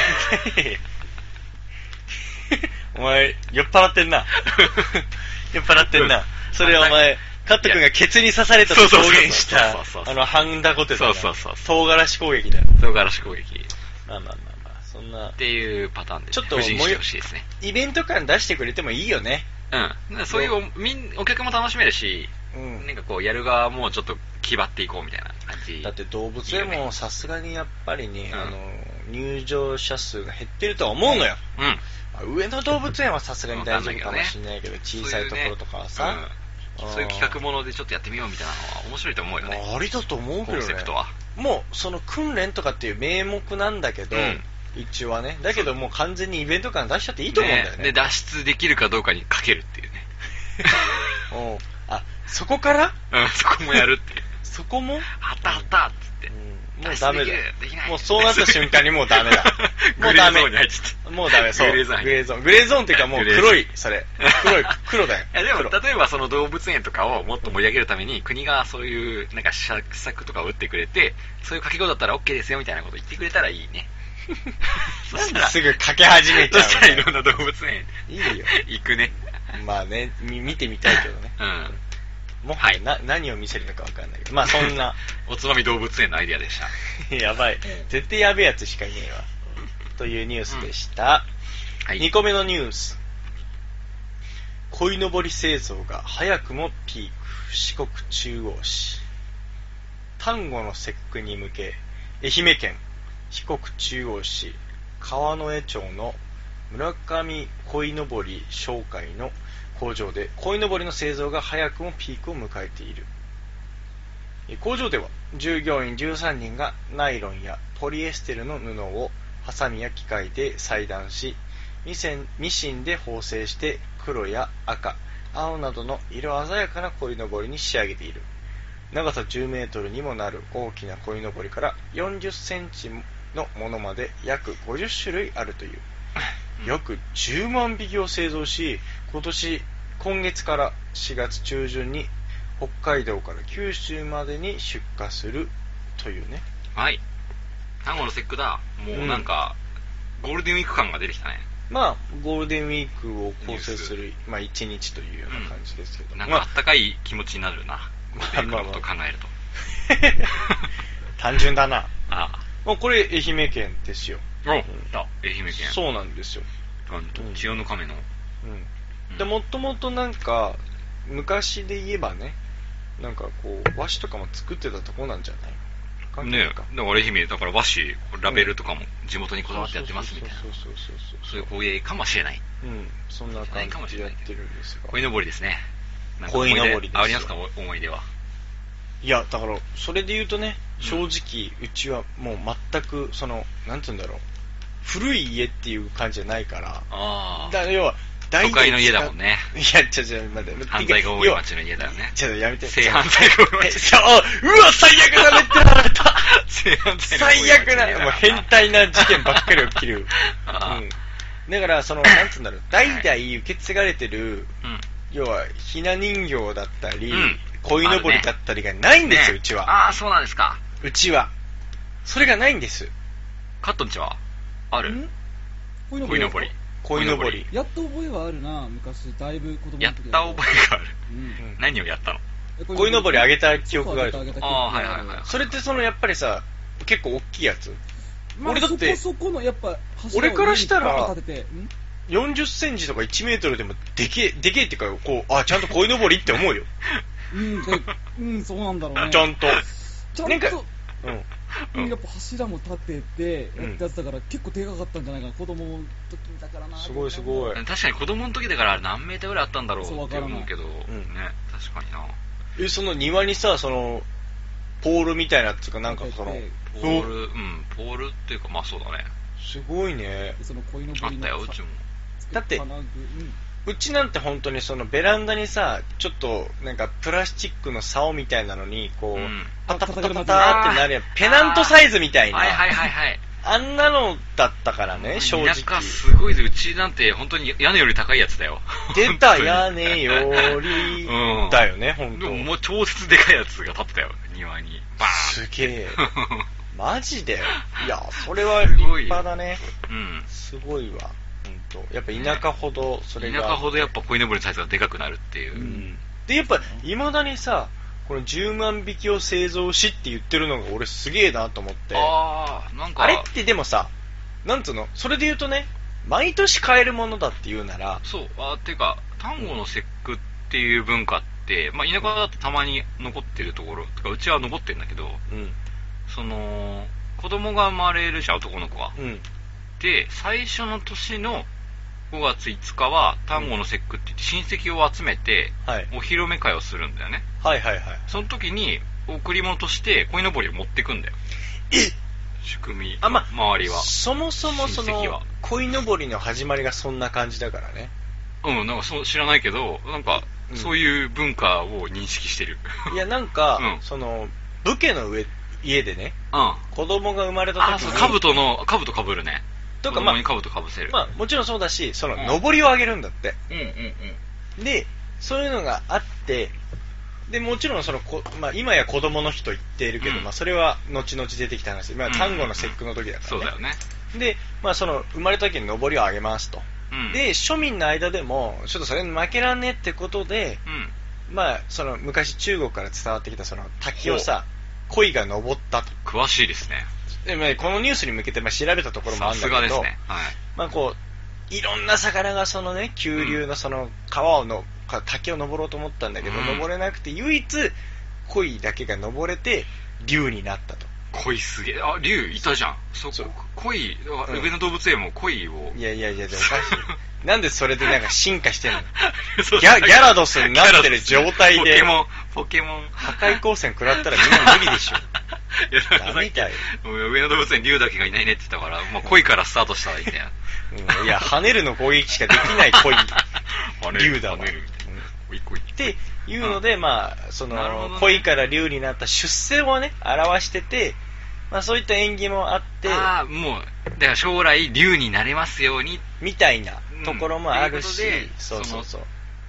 お前酔っ払ってんな。酔っ払ってんな。それお前。カット君がケツに刺されたと表現したあのハンダゴテだ。 そうそうそう唐辛子攻撃だよ。 唐辛子攻撃。 まあまあまあまあそんなっていうパターンでちょっと無事にしてほしいですね。 イベント感出してくれてもいいよね。 うん。そういうおみんお客も楽しめるし、うん、なんかこうやる側もちょっと気張っていこうみたいな感じ。 だって動物園もさすがにやっぱりね、うん、あの入場者数が減ってるとは思うのよ。うん。上野動物園はさすがに大丈夫かもしれないけど、ね、小さいところとかはさ。うんそういう企画ものでちょっとやってみようみたいなのは面白いと思うよね。 まあ、ありだと思うけどね。 コンセプトは。 もうその訓練とかっていう名目なんだけど、うん、一応はね。だけどもう完全にイベント感出しちゃっていいと思うんだよね。 ねで脱出できるかどうかにかけるっていうね。 おあそこから？ うんそこもやるっていう。 そこもあったあったっつって、 うん、もうダメだ。 できない。 もうそうなった瞬間にもうダメだ。もうダメ。 グレーゾーンに入っちゃった。 もうダメ。そう。 グレーゾーン。 グレーゾーン。グレーゾーンっていうかもう黒い、それ。黒い、黒だよ。 いやでも、例えばその動物園とかをもっと盛り上げるために、国がそういう、なんか施策とかを打ってくれて、そういう掛け声だったら OK ですよみたいなこと言ってくれたらいいね。そしたら、 すぐかけ始めちゃう。 そしたらいろんな動物園。 いいよ。 行くね。 まあね、見てみたいけどね。 うん。 もはや、な何を見せるのか分かんないけど、まあそんなおつまみ動物園のアイデアでした。 やばい、絶対やべえやつしかいねえわというニュースでした、うんはい、にこめのニュース、鯉のぼり製造が早くもピーク、四国中央市。端午の節句に向け、愛媛県四国中央市川之江町の村上鯉のぼり商会の工場で鯉のぼりの製造が早くもピークを迎えている。工場では従業員じゅうさんにんがナイロンやポリエステルの布をハサミや機械で裁断し、ミシンで縫製して黒や赤、青などの色鮮やかな鯉のぼりに仕上げている。長さじゅうメートルにもなる大きな鯉のぼりからよんじゅっセンチのものまで約ごじゅっしゅるいあるという。約じゅうまんびきを製造し、今年今月からしがつ中旬に北海道から九州までに出荷するというね。 はい。端午の節句だ。もうなんか、うん、ゴールデンウィーク感が出てきたね。 まあゴールデンウィークを構成するまあいちにちというような感じですけど、 うん、なんかあったかい気持ちになるな。ゴールデンウィークのこと考えると。 単純だな。 ああ。 もうこれ愛媛県ですよ。 お、うん、愛媛県。 そうなんですよ。 なんと、千代の亀の。 うん。で、もともとなんか、昔で言えばね、なんかこう、和紙とかも作ってたとこなんじゃないのねえ、だから愛媛、だから和紙、ラベルとかも地元にこだわってやってますみたいな。 そうそうそうそう。 そういう光栄かもしれない。 うん、そんな感じでやってるんですが。 鯉のぼりですね。 鯉のぼりです。 ありますか、思い出は。 いや、だから、それで言うとね、正直、うちはもう全く、その、なんて言うんだろう。古い家っていう感じじゃないから、 あだ要は都会の家だもんね。 いや、ちょちょ待って、 犯罪が多い町の家だよね。 ちょっとやめて。 性犯罪が多い町。 そう、うわ最悪だめってなられた。 性犯罪が多い町。最悪な、もう変態な事件ばっかり起きる。うん。だからそのなんつうんだろう、代々受け継がれてる、うん、要はひな人形だったり、うん、鯉のぼりだったりがないんですよ、ね、うちは。 ああ、そうなんですか。 うちはそれがないんです。 カットンちはある？ 鯉のぼり。 鯉のぼり。 やっと覚えはあるな、昔、だいぶ子供の時やった覚えがある。うん、何をやったの？ 鯉のぼりあげた記憶がある。 ああ、はいはいはい。 それってそのやっぱりさ、結構大きいやつ。 まあ、俺だってそこそこのやっぱ俺からしたらよんじゅっセンチとかいちメートルでもでけえでけえっていうか、こう、あ、ちゃんと鯉のぼりって思うよ。 うん、うん、そうなんだろうね。 ちゃんと。 ちゃんと。うん、やっぱ柱も立ててやったやつだから、うん、結構でかかったんじゃないかな、子供の時だからな。 すごいすごい。 確かに子供の時だからあれ何メーターぐらいあったんだろうって思うけど、うん、ね、確かにな。 え、その庭にさ、そのポールみたいなっていうか、なんかそのポール、うん、ポールっていうか、まあそうだね。 すごいね。 その鯉のぼりのあったよ、うちも。 だってうちなんて本当にそのベランダにさ、ちょっとなんかプラスチックの竿みたいなのにこう、うん、パタパタパターってなるやん、ペナントサイズみたいな、 はいはいはいはい、 あんなのだったからね、正直。 田舎すごいぜ、うちなんて本当に屋根より高いやつだよ。 出た、屋根よりだよね、本当。 でももう超絶でかいやつが立ってたよ、庭に。バーン。 すげえ。マジで。いや、それは立派だね。 うん。 すごいわ。やっぱ田舎ほどそれが、 田舎ほどやっぱ鯉のぼりのサイズがでかくなるっていう、うん、 でやっぱいまだにさ、このじゅうまんびきを製造しって言ってるのが俺すげえなと思って。 ああ、なんかあれってでもさ、なんつうの、それで言うとね、毎年買えるものだって言うなら、 そう、あっていうか端午の節句っていう文化って、まあ、田舎だとたまに残ってるところとか、うちは残ってるんだけど、うん、その子供が生まれるじゃん、男の子が、うん、で最初の年のごがついつかは端午の節句って言って親戚を集めてお披露目会をするんだよね、 はいはいはい。 その時に贈り物として鯉のぼりを持ってくんだよ。 え、 仕組み、あ、ま、周りはそもそもその鯉のぼりの始まりがそんな感じだからね。 うん、なんかそう知らないけど、なんか、そういう文化を認識してる。 いや、なんか、 うん、 その、武家の上、家でね、 うん、 子供が生まれた時に、 あ、そう、兜の、兜被るね。 とか、まあ、 兜被せる。 まあ、もちろんそうだし、その、うん、上りを上げるんだって。 うんうんうん。 で、そういうのがあって、で、もちろんそのこ、まあ、今や子供の日と言っているけど、うん、まあ、それは後々出てきた話で、まあ、端午の節句の時だからね。 そうだよね。 で、まあ、その、生まれた時に上りを上げますと。うん、で、庶民の間でも、ちょっとそれに負けらんねえってことで、うん、まあ、その、昔中国から伝わってきたその、滝をさ、鯉が登ったと。 詳しいですね。 で、まあ、このニュースに向けて、まあ、調べたところもあるんだけど、 さすがですね。はい。 まあ、こう、いろんな魚がそのね、急流のその、川をの、滝を登ろうと思ったんだけど、うん、登れなくて、唯一、鯉だけが登れて、竜になったと。 鯉すげえ。あ、竜いたじゃん。そこ、鯉、うん、上野動物園も鯉を。 いやいやいや、でもおかしい。なんでそれでなんか進化してんのギャ、ギャラドスになってる状態で。 ポケモン、ポケモン。 破壊光線食らったらみんな無理でしょ。 いや、ダメだよ。上野動物園竜だけがいないねって言ったから、まあ鯉からスタートしたらいいんだよ。 うん、いや、跳ねるの攻撃しかできない鯉。竜だわ。っていうので、うん、まあ、その、ね、鯉から竜になった出世をね、表してて、まあそういった縁起もあって、 ああ、もう、だから将来竜になれますように。 みたいなところもあるし、うん、そうそうそう。うん。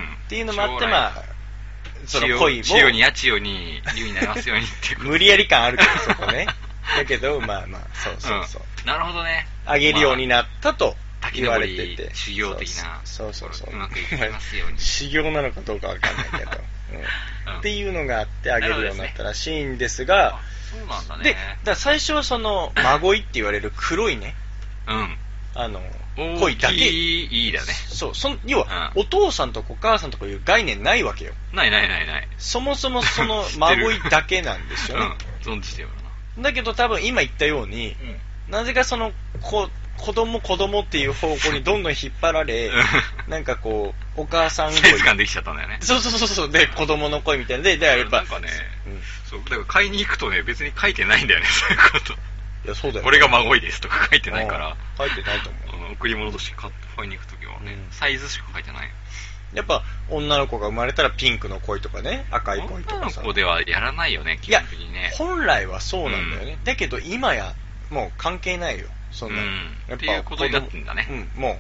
っていうのもあって、まあ、 その鯉も。千代にや千代に竜になりますようにって無理やり感あるけど、そこね。だけど、まあまあ、そうそうそう。 うん、なるほどね。 あげるようになったと。言われてて修行的なそうそうそううまくいきますように修行なのかどうかわかんないけど、うん、っていうのがあってあげるようになったらしいんですが、 そうなんだね。 で、だから最初はそのマゴイって言われる黒いね、 うん、 あの鯉だけいいだね。 そうその要は、うん、お父さんとお母さんとかいう概念ないわけよ。 ないないないない。 そもそもそのマゴイだけなんですよね。 うん、存じてるな。 だけど多分今言ったように、うん、なぜかそのこ子供子供っていう方向にどんどん引っ張られなんかこうお母さんサイズ感できちゃったんだよね。 そうそうそうそう。で子供の声みたいなででやっぱなんかね、うん、そうだから買いに行くとね別に書いてないんだよねそういうこと。いやそうだよ、ね、 俺が孫いですとか書いてないから書いてないと思う。 贈り物として買いに行くときはね、うん、サイズしか書いてない。 やっぱ女の子が生まれたらピンクの恋とかね赤い恋とかさ。 女の子ではやらないよね基本的にね。 いや本来はそうなんだよね、うん、だけど今やもう関係ないよそんな、うん、 やっぱっていうことになってんだね。 うん、もう、うん、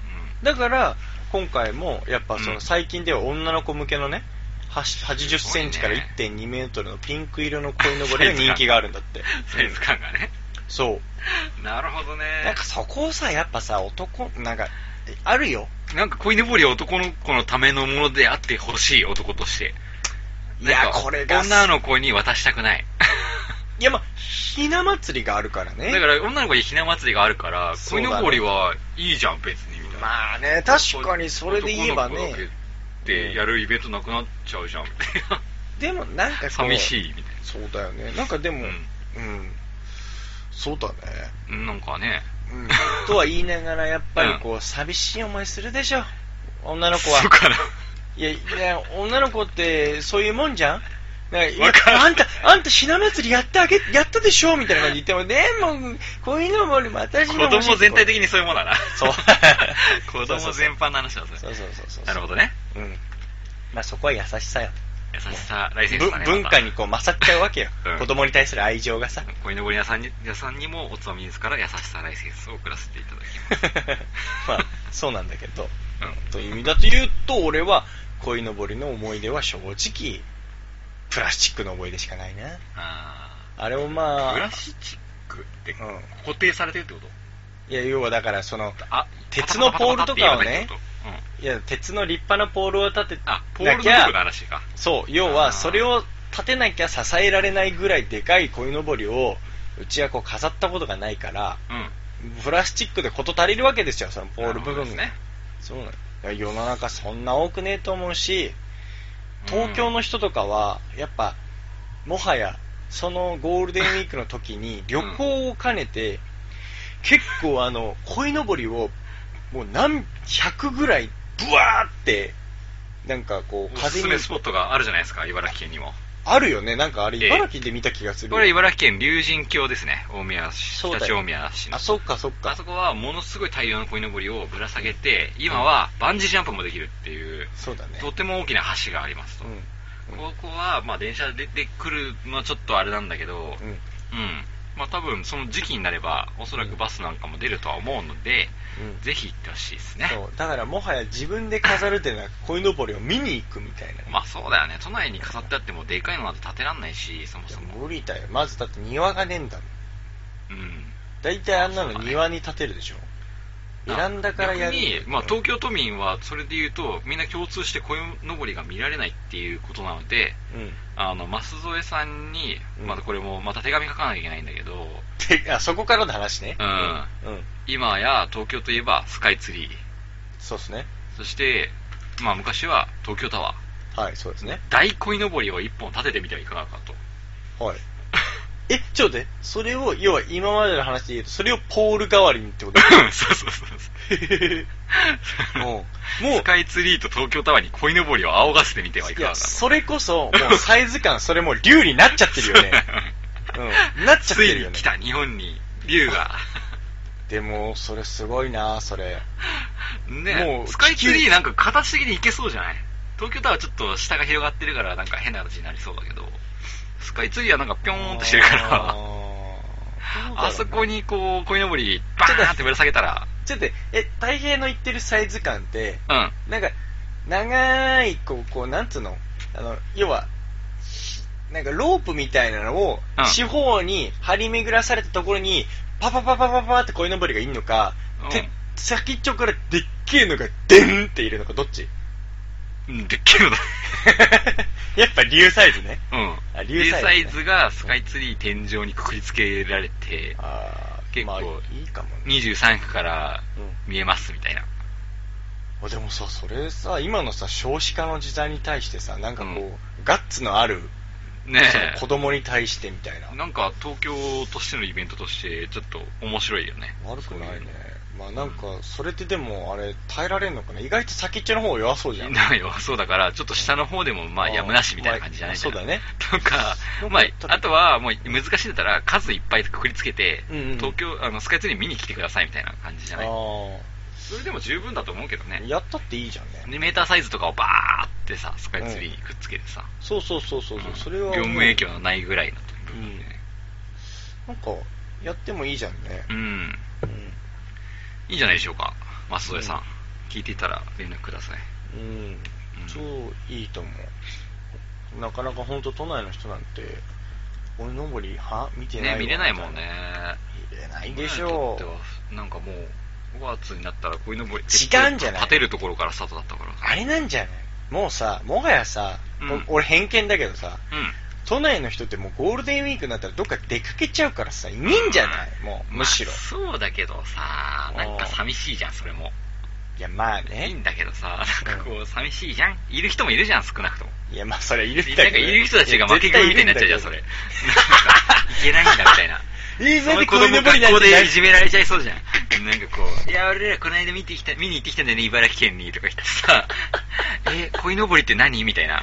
だから今回もやっぱその最近では女の子向けのねはちじゅっセンチから いってんにメートルのピンク色の鯉のぼりが人気があるんだってサイズ感がね。 そうなるほどね。 なんかそこをさやっぱさ男なんかあるよ。 なんか鯉のぼりは男の子のためのものであってほしい男として。 いやこれが女の子に渡したくない。 いやまあひな祭りがあるからね。 だから女の子にひな祭りがあるから鯉のぼりはいいじゃん別にみたいな。 まあね確かにそれで言えばね。男の子だけでやるイベントなくなっちゃうじゃんみたいな。 でもなんか寂しいみたいな。 そうだよね。なんかでも、うん、うん、そうだね。 なんかね。 うん、とは言いながらやっぱりこう、うん、寂しい思いするでしょ女の子は。 そうかな。 いやいや女の子ってそういうもんじゃん。いやあんた、あんたひな祭りやってあげ、やったでしょみたいな感じで言っても、でも、こういうのも私の子供全体的にそういうもんだな。 そう。 子供全般の話だそれ。 そうそうそうそう。 なるほどね。 うん。まあそこは優しさよ。 優しさ、ライセンスだね。 文化にこう勝っちゃうわけよ。うん、子供に対する愛情がさ。 鯉のぼり屋さんに、屋さんにもおつまみニュースから優しさライセンスを送らせていただきます。 まあ、そうなんだけど。うん。という意味だと言うと、俺は鯉のぼりの思い出は正直、プラスチックの思い出しかないな。ああれをまあプラスチックって固定されてるってこと？ いや要はだからその鉄のポールとかをね、いや鉄の立派なポールを立てなきゃ、そう要はそれを立てなきゃ支えられないぐらいでかい鯉のぼりをうちはこう飾ったことがないから、うん、プラスチックで事足りるわけですよそのポール部分が。ね、そうなの。世の中そんな多くねえと思うし。東京の人とかはやっぱもはやそのゴールデンウィークの時に旅行を兼ねて結構あの鯉のぼりをもう何百ぐらいブワーってなんかこう風におすすめスポットがあるじゃないですか茨城県にも。 あるよね。なんかあれ茨城で見た気がする。 これ茨城県龍神峡ですね。大宮市、常陸大宮市の。 あ、そっかそっか。 あそこはものすごい大量の鯉のぼりをぶら下げて、今はバンジージャンプもできるっていう、 そうだね。 とても大きな橋がありますと。うんうん、ここは、まあ電車でで来るのはちょっとあれなんだけど、うん。うん。まあ多分その時期になれば、おそらくバスなんかも出るとは思うので、うん、ぜひ行ってほしいですね。 そう。だからもはや自分で飾るっていうのは鯉のぼりを見に行くみたいな。 まあそうだよね。都内に飾ってあってもでかいのなんて建てらんないし、そもそも。 無理だよ。まずだって庭がねえんだもん。うん。大体あんなの庭に建てるでしょ。ベランダからやる。 逆に、まあ東京都民はそれで言うと、みんな共通して鯉のぼりが見られないっていうことなので、うん、あの、舛添さんに、またこれもまた手紙書かなきゃいけないんだけど、 てあそこからの話ね。 うん。うん。今や東京といえばスカイツリー。 そうですね。 そして、まあ昔は東京タワー。はい、そうですね。 大鯉のぼりを一本立ててみてはいかがかと。 はい。え、ちょっと待って、それを、要は今までの話で言うと、それをポール代わりにってことそうそうそうそう。 もう、もう、 スカイツリーと東京タワーに鯉のぼりを仰がせてみてはいかがかと。 いや、それこそ、もうサイズ感、それもう竜になっちゃってるよね。うん、なっちゃってるよね。 ついに来た、日本に、竜が。 でも、それすごいなそれ。 ねもう、スカイツリーなんか形的にいけそうじゃない？東京タワーちょっと下が広がってるから、なんか変な形になりそうだけど。スカイツリーはなんかピョーンとしてるから、あ, あそこにこう、鯉のぼりバーンってぶら下げたら。 ちょっと、え、太平の言ってるサイズ感って、 うん。 なんか、長い、こう、こう、なんつうの、あの、要は、なんかロープみたいなのを、四方に張り巡らされたところに、パパパパパパって鯉のぼりがいんのか、うん、て先っちょからでっけえのがデンっているのか、どっち？ うん、でっけえのだ。 やっぱ竜サイズね。 うん。あ竜サイズ、ね、サイズがスカイツリー天井にくくりつけられて、あ結構、まあ、いいかもね。にじゅうさん区から見えますみたいな。 うん、でもさ、それさ、今のさ、少子化の時代に対してさ、なんかこう、うん、ガッツのある、ねえ。子供に対してみたいな。 なんか東京としてのイベントとして、ちょっと面白いよね。 悪くないね。まあなんか、それってでも、あれ、耐えられんのかな？意外と先っちょの方弱そうじゃん。 弱そうだから、ちょっと下の方でも、まあ、やむなしみたいな感じじゃないかな。 まあ、そうだね。 とか、まあ、あとは、もう難しいんだったら、数いっぱいくくりつけて、うんうん、東京、あの、スカイツリー見に来てくださいみたいな感じじゃない。あそれでも十分だと思うけどね。 やったっていいじゃんね。 にメーターサイズとかをバーってさ、スカイツリーにくっつけてさ。うん、 そうそうそうそう。うん、それは。 業務影響のないぐらいのという、ねうん。なんか、やってもいいじゃんね。うん。うんいいんじゃないでしょうか、舛添さん、うん。聞いていたら連絡ください。 うん。うん、超いいと思う。なかなか本当都内の人なんて、鯉のぼりは見てないわね、見れないもんね。 見れないでしょう。なんかもう、ごがつになったら鯉のぼり、 違うんじゃない立てるところからスタートだったから。 あれなんじゃないもうさ、もはやさ、うん、俺偏見だけどさ、うん都内の人ってもうゴールデンウィークになったらどっか出かけちゃうからさ、いいんじゃないもう、むしろ、まあ。そうだけどさ、なんか寂しいじゃん、それも。 いや、まあね。 いいんだけどさ、なんかこう、寂しいじゃんいる人もいるじゃん、少なくとも。 いや、まあそれいるんだけど、ね。なんかいる人たちが負け組みたいになっちゃうじゃん、それ。なんか、いけないんだ、みたいな。 いいその子供学校でいじめられちゃいそうじゃん。なんかこう、いや、俺らこの間見てきた、見に行ってきたんだよね、茨城県に、とか言ってさ、え、鯉のぼりって何みたいな。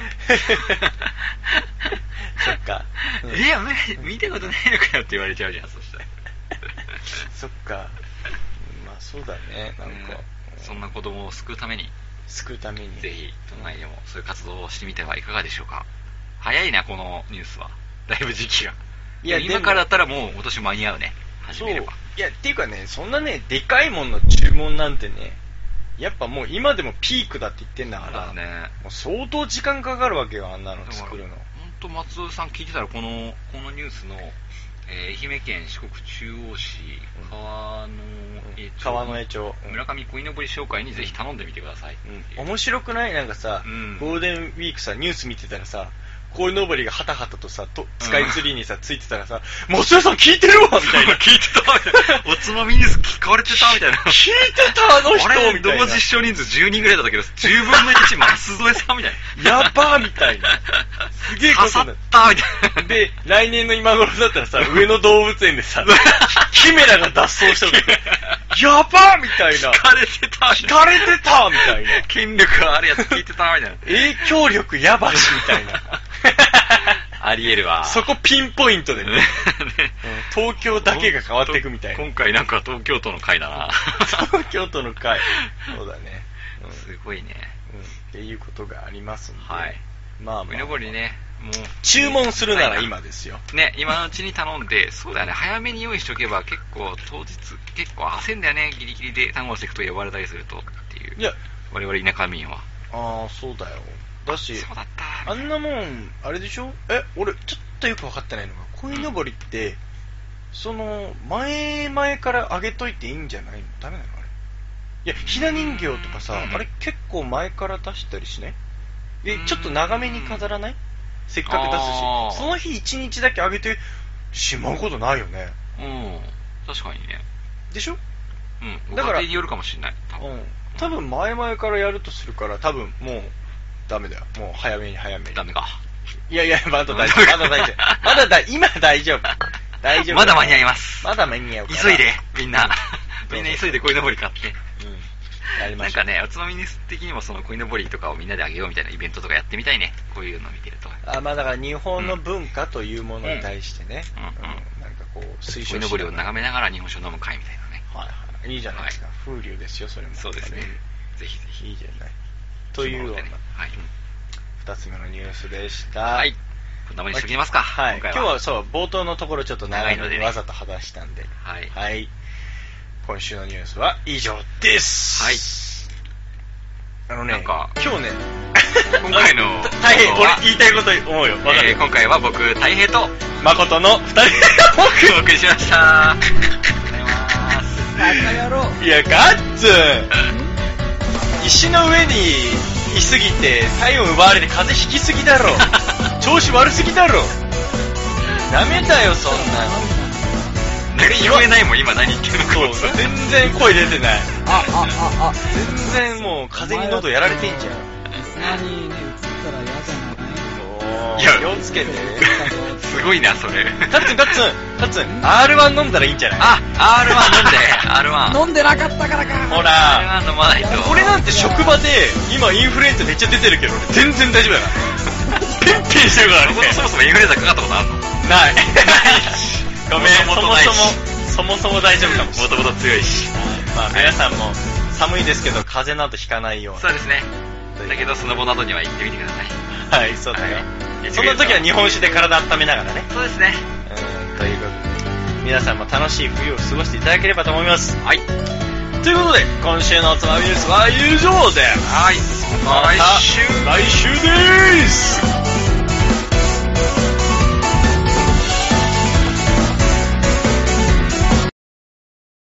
そっか。 うん、え、お前、見たことないのかよって言われちゃうじゃん、そしたら。 そっか。まあそうだね、なんか。 うん、そんな子供を救うために、 救うために。 ぜひ、都内でもそういう活動をしてみてはいかがでしょうか。早いな、このニュースは。だいぶ時期が。いや、今からだったらもう今年間に合うね。始めれば。 いや、っていうかね、そんなね、でかいものの注文なんてね、やっぱもう今でもピークだって言ってんだから、ね、もう相当時間かかるわけよ、あんなの作るの。 ほんと松尾さん聞いてたら、この、このニュースの、えー、愛媛県四国中央市川の江町、 川の江町、 うん、村上鯉のぼり紹介にぜひ頼んでみてください。 うん、面白くないなんかさ、うん、ゴールデンウィークさ、ニュース見てたらさ、鯉のぼりがハタハタとさ、とスカイツリーにさ、うん、ついてたらさ、松尾さん聞いてるわみたいな。 聞いてたみたいな。おつまみニュース聞かれてたみたいな。 聞いてたあの人みたいな。 あれ、同時視聴人数じゅうにんぐらいだったけど、じゅうぶんのいち、舛添さんみたいな。やばーみたいな。すげえことだ。刺さったみたいな。 で、来年の今頃だったらさ、上野動物園でさ、キメラが脱走した時、やばーみたいな。 聞かれてた聞かれてたみたいな。 筋力あるやつ聞いてたみたいな。 影響力やばしみたいな。 ありえるわ。 そこピンポイントでね。ね東京だけが変わっていくみたいな。 今回なんか東京都の回だな。 東京都の回。そうだね。 うん、すごいね、 うん。っていうことがありますんで。 はい。まあ、まあ、鯉のぼりね、もう。 注文するなら今ですよ。 ね、今のうちに頼んで、そうだよね、早めに用意しとけば結構当日、結構焦んだよね、ギリギリで単語していくと呼ばれたりするとっていう。いや、我々田舎民は。 ああ、そうだよ。だし、 そうだった。 あんなもん、あれでしょ？え、俺、ちょっとよく分かってないのが、鯉のぼりって、うん、その、前々からあげといていいんじゃないの？ダメなのあれ。いや、ひな人形とかさ、うん、あれ結構前から出したりしない？え、ちょっと長めに飾らない？せっかく出すし、その日一日だけあげてしまうことないよね。 うん、確かにね。 でしょ？ うん、だから、によるかもしれない。多分、うん、 多分前々からやるとするから、多分もう、ダメだよ。もう早めに早めに。 ダメか。 いやいや、まだ大丈夫。まだ大丈夫。まだだ、今大丈夫。大丈夫。 まだ間に合います。 まだ間に合うから。 急いで、みんな。みんな急いで鯉のぼり買って。 うん。やりましょう。 なんかね、おつまみニュース的にもその鯉のぼりとかをみんなであげようみたいなイベントとかやってみたいね。こういうのを見てると。 あ、まあだから日本の文化というものに対してね。うん。うん。うん、なんかこう、推奨して。 鯉のぼりを眺めながら日本酒を飲む会みたいなね。 はいはい。いいじゃないですか。はい、風流ですよ、それも。 そうですね。ぜひぜひ。 いいじゃない。というような。はい。二つ目のニュースでした。 はい。こんなもんにしときますか。 はい。今日はそう、冒頭のところちょっと長いので、わざと話したんで。 はい。 はい。今週のニュースは以上です。はい。あのね、 なんか、 今日ね、 今回の、 大変、俺言いたいこと思うよ。わかる、 えー、今回は僕、大平と、 誠の二人でお送りしました。ありがとうございます。 バカ野郎。 いや、ガッツ石の上にいすぎて体温奪われて風邪ひきすぎだろ。調子悪すぎだろ。ダメだよ、そんなの。 何言えないもん、今何言ってるの。 そう、全然声出てない。 あ、あ、あ、あ、 全然もう風に喉やられてんじゃん。 リスナーにね、映ったら嫌じゃない。 いや、気をつけて。 すごいな、それ。 タッツン、タッツン、タッツン、アールワン 飲んだらいいんじゃない？ あ、アールワン 飲んで、アールワン。 飲んでなかったからか。 ほら、 アールワン 飲まないと。 俺なんて職場で、今インフルエンザめっちゃ出てるけど、俺全然大丈夫だから。ピンピンしてるからね。 そもそもインフルエンザかかったことあんの？ ない。ごめん、そもそも、そもそも大丈夫かもしれない。 もともと強いし。 まあ皆さんも寒いですけど、風邪などひかないように。 そうですね。だけど、スノボなどには行ってみてください。 はい、そうだね。そんな時は日本酒で体温めながらね。 そうですね。 うん、ということで、皆さんも楽しい冬を過ごしていただければと思います。 はい。 ということで、今週のおつまみニュースは以上です。 はい。 また来週。来週でーす。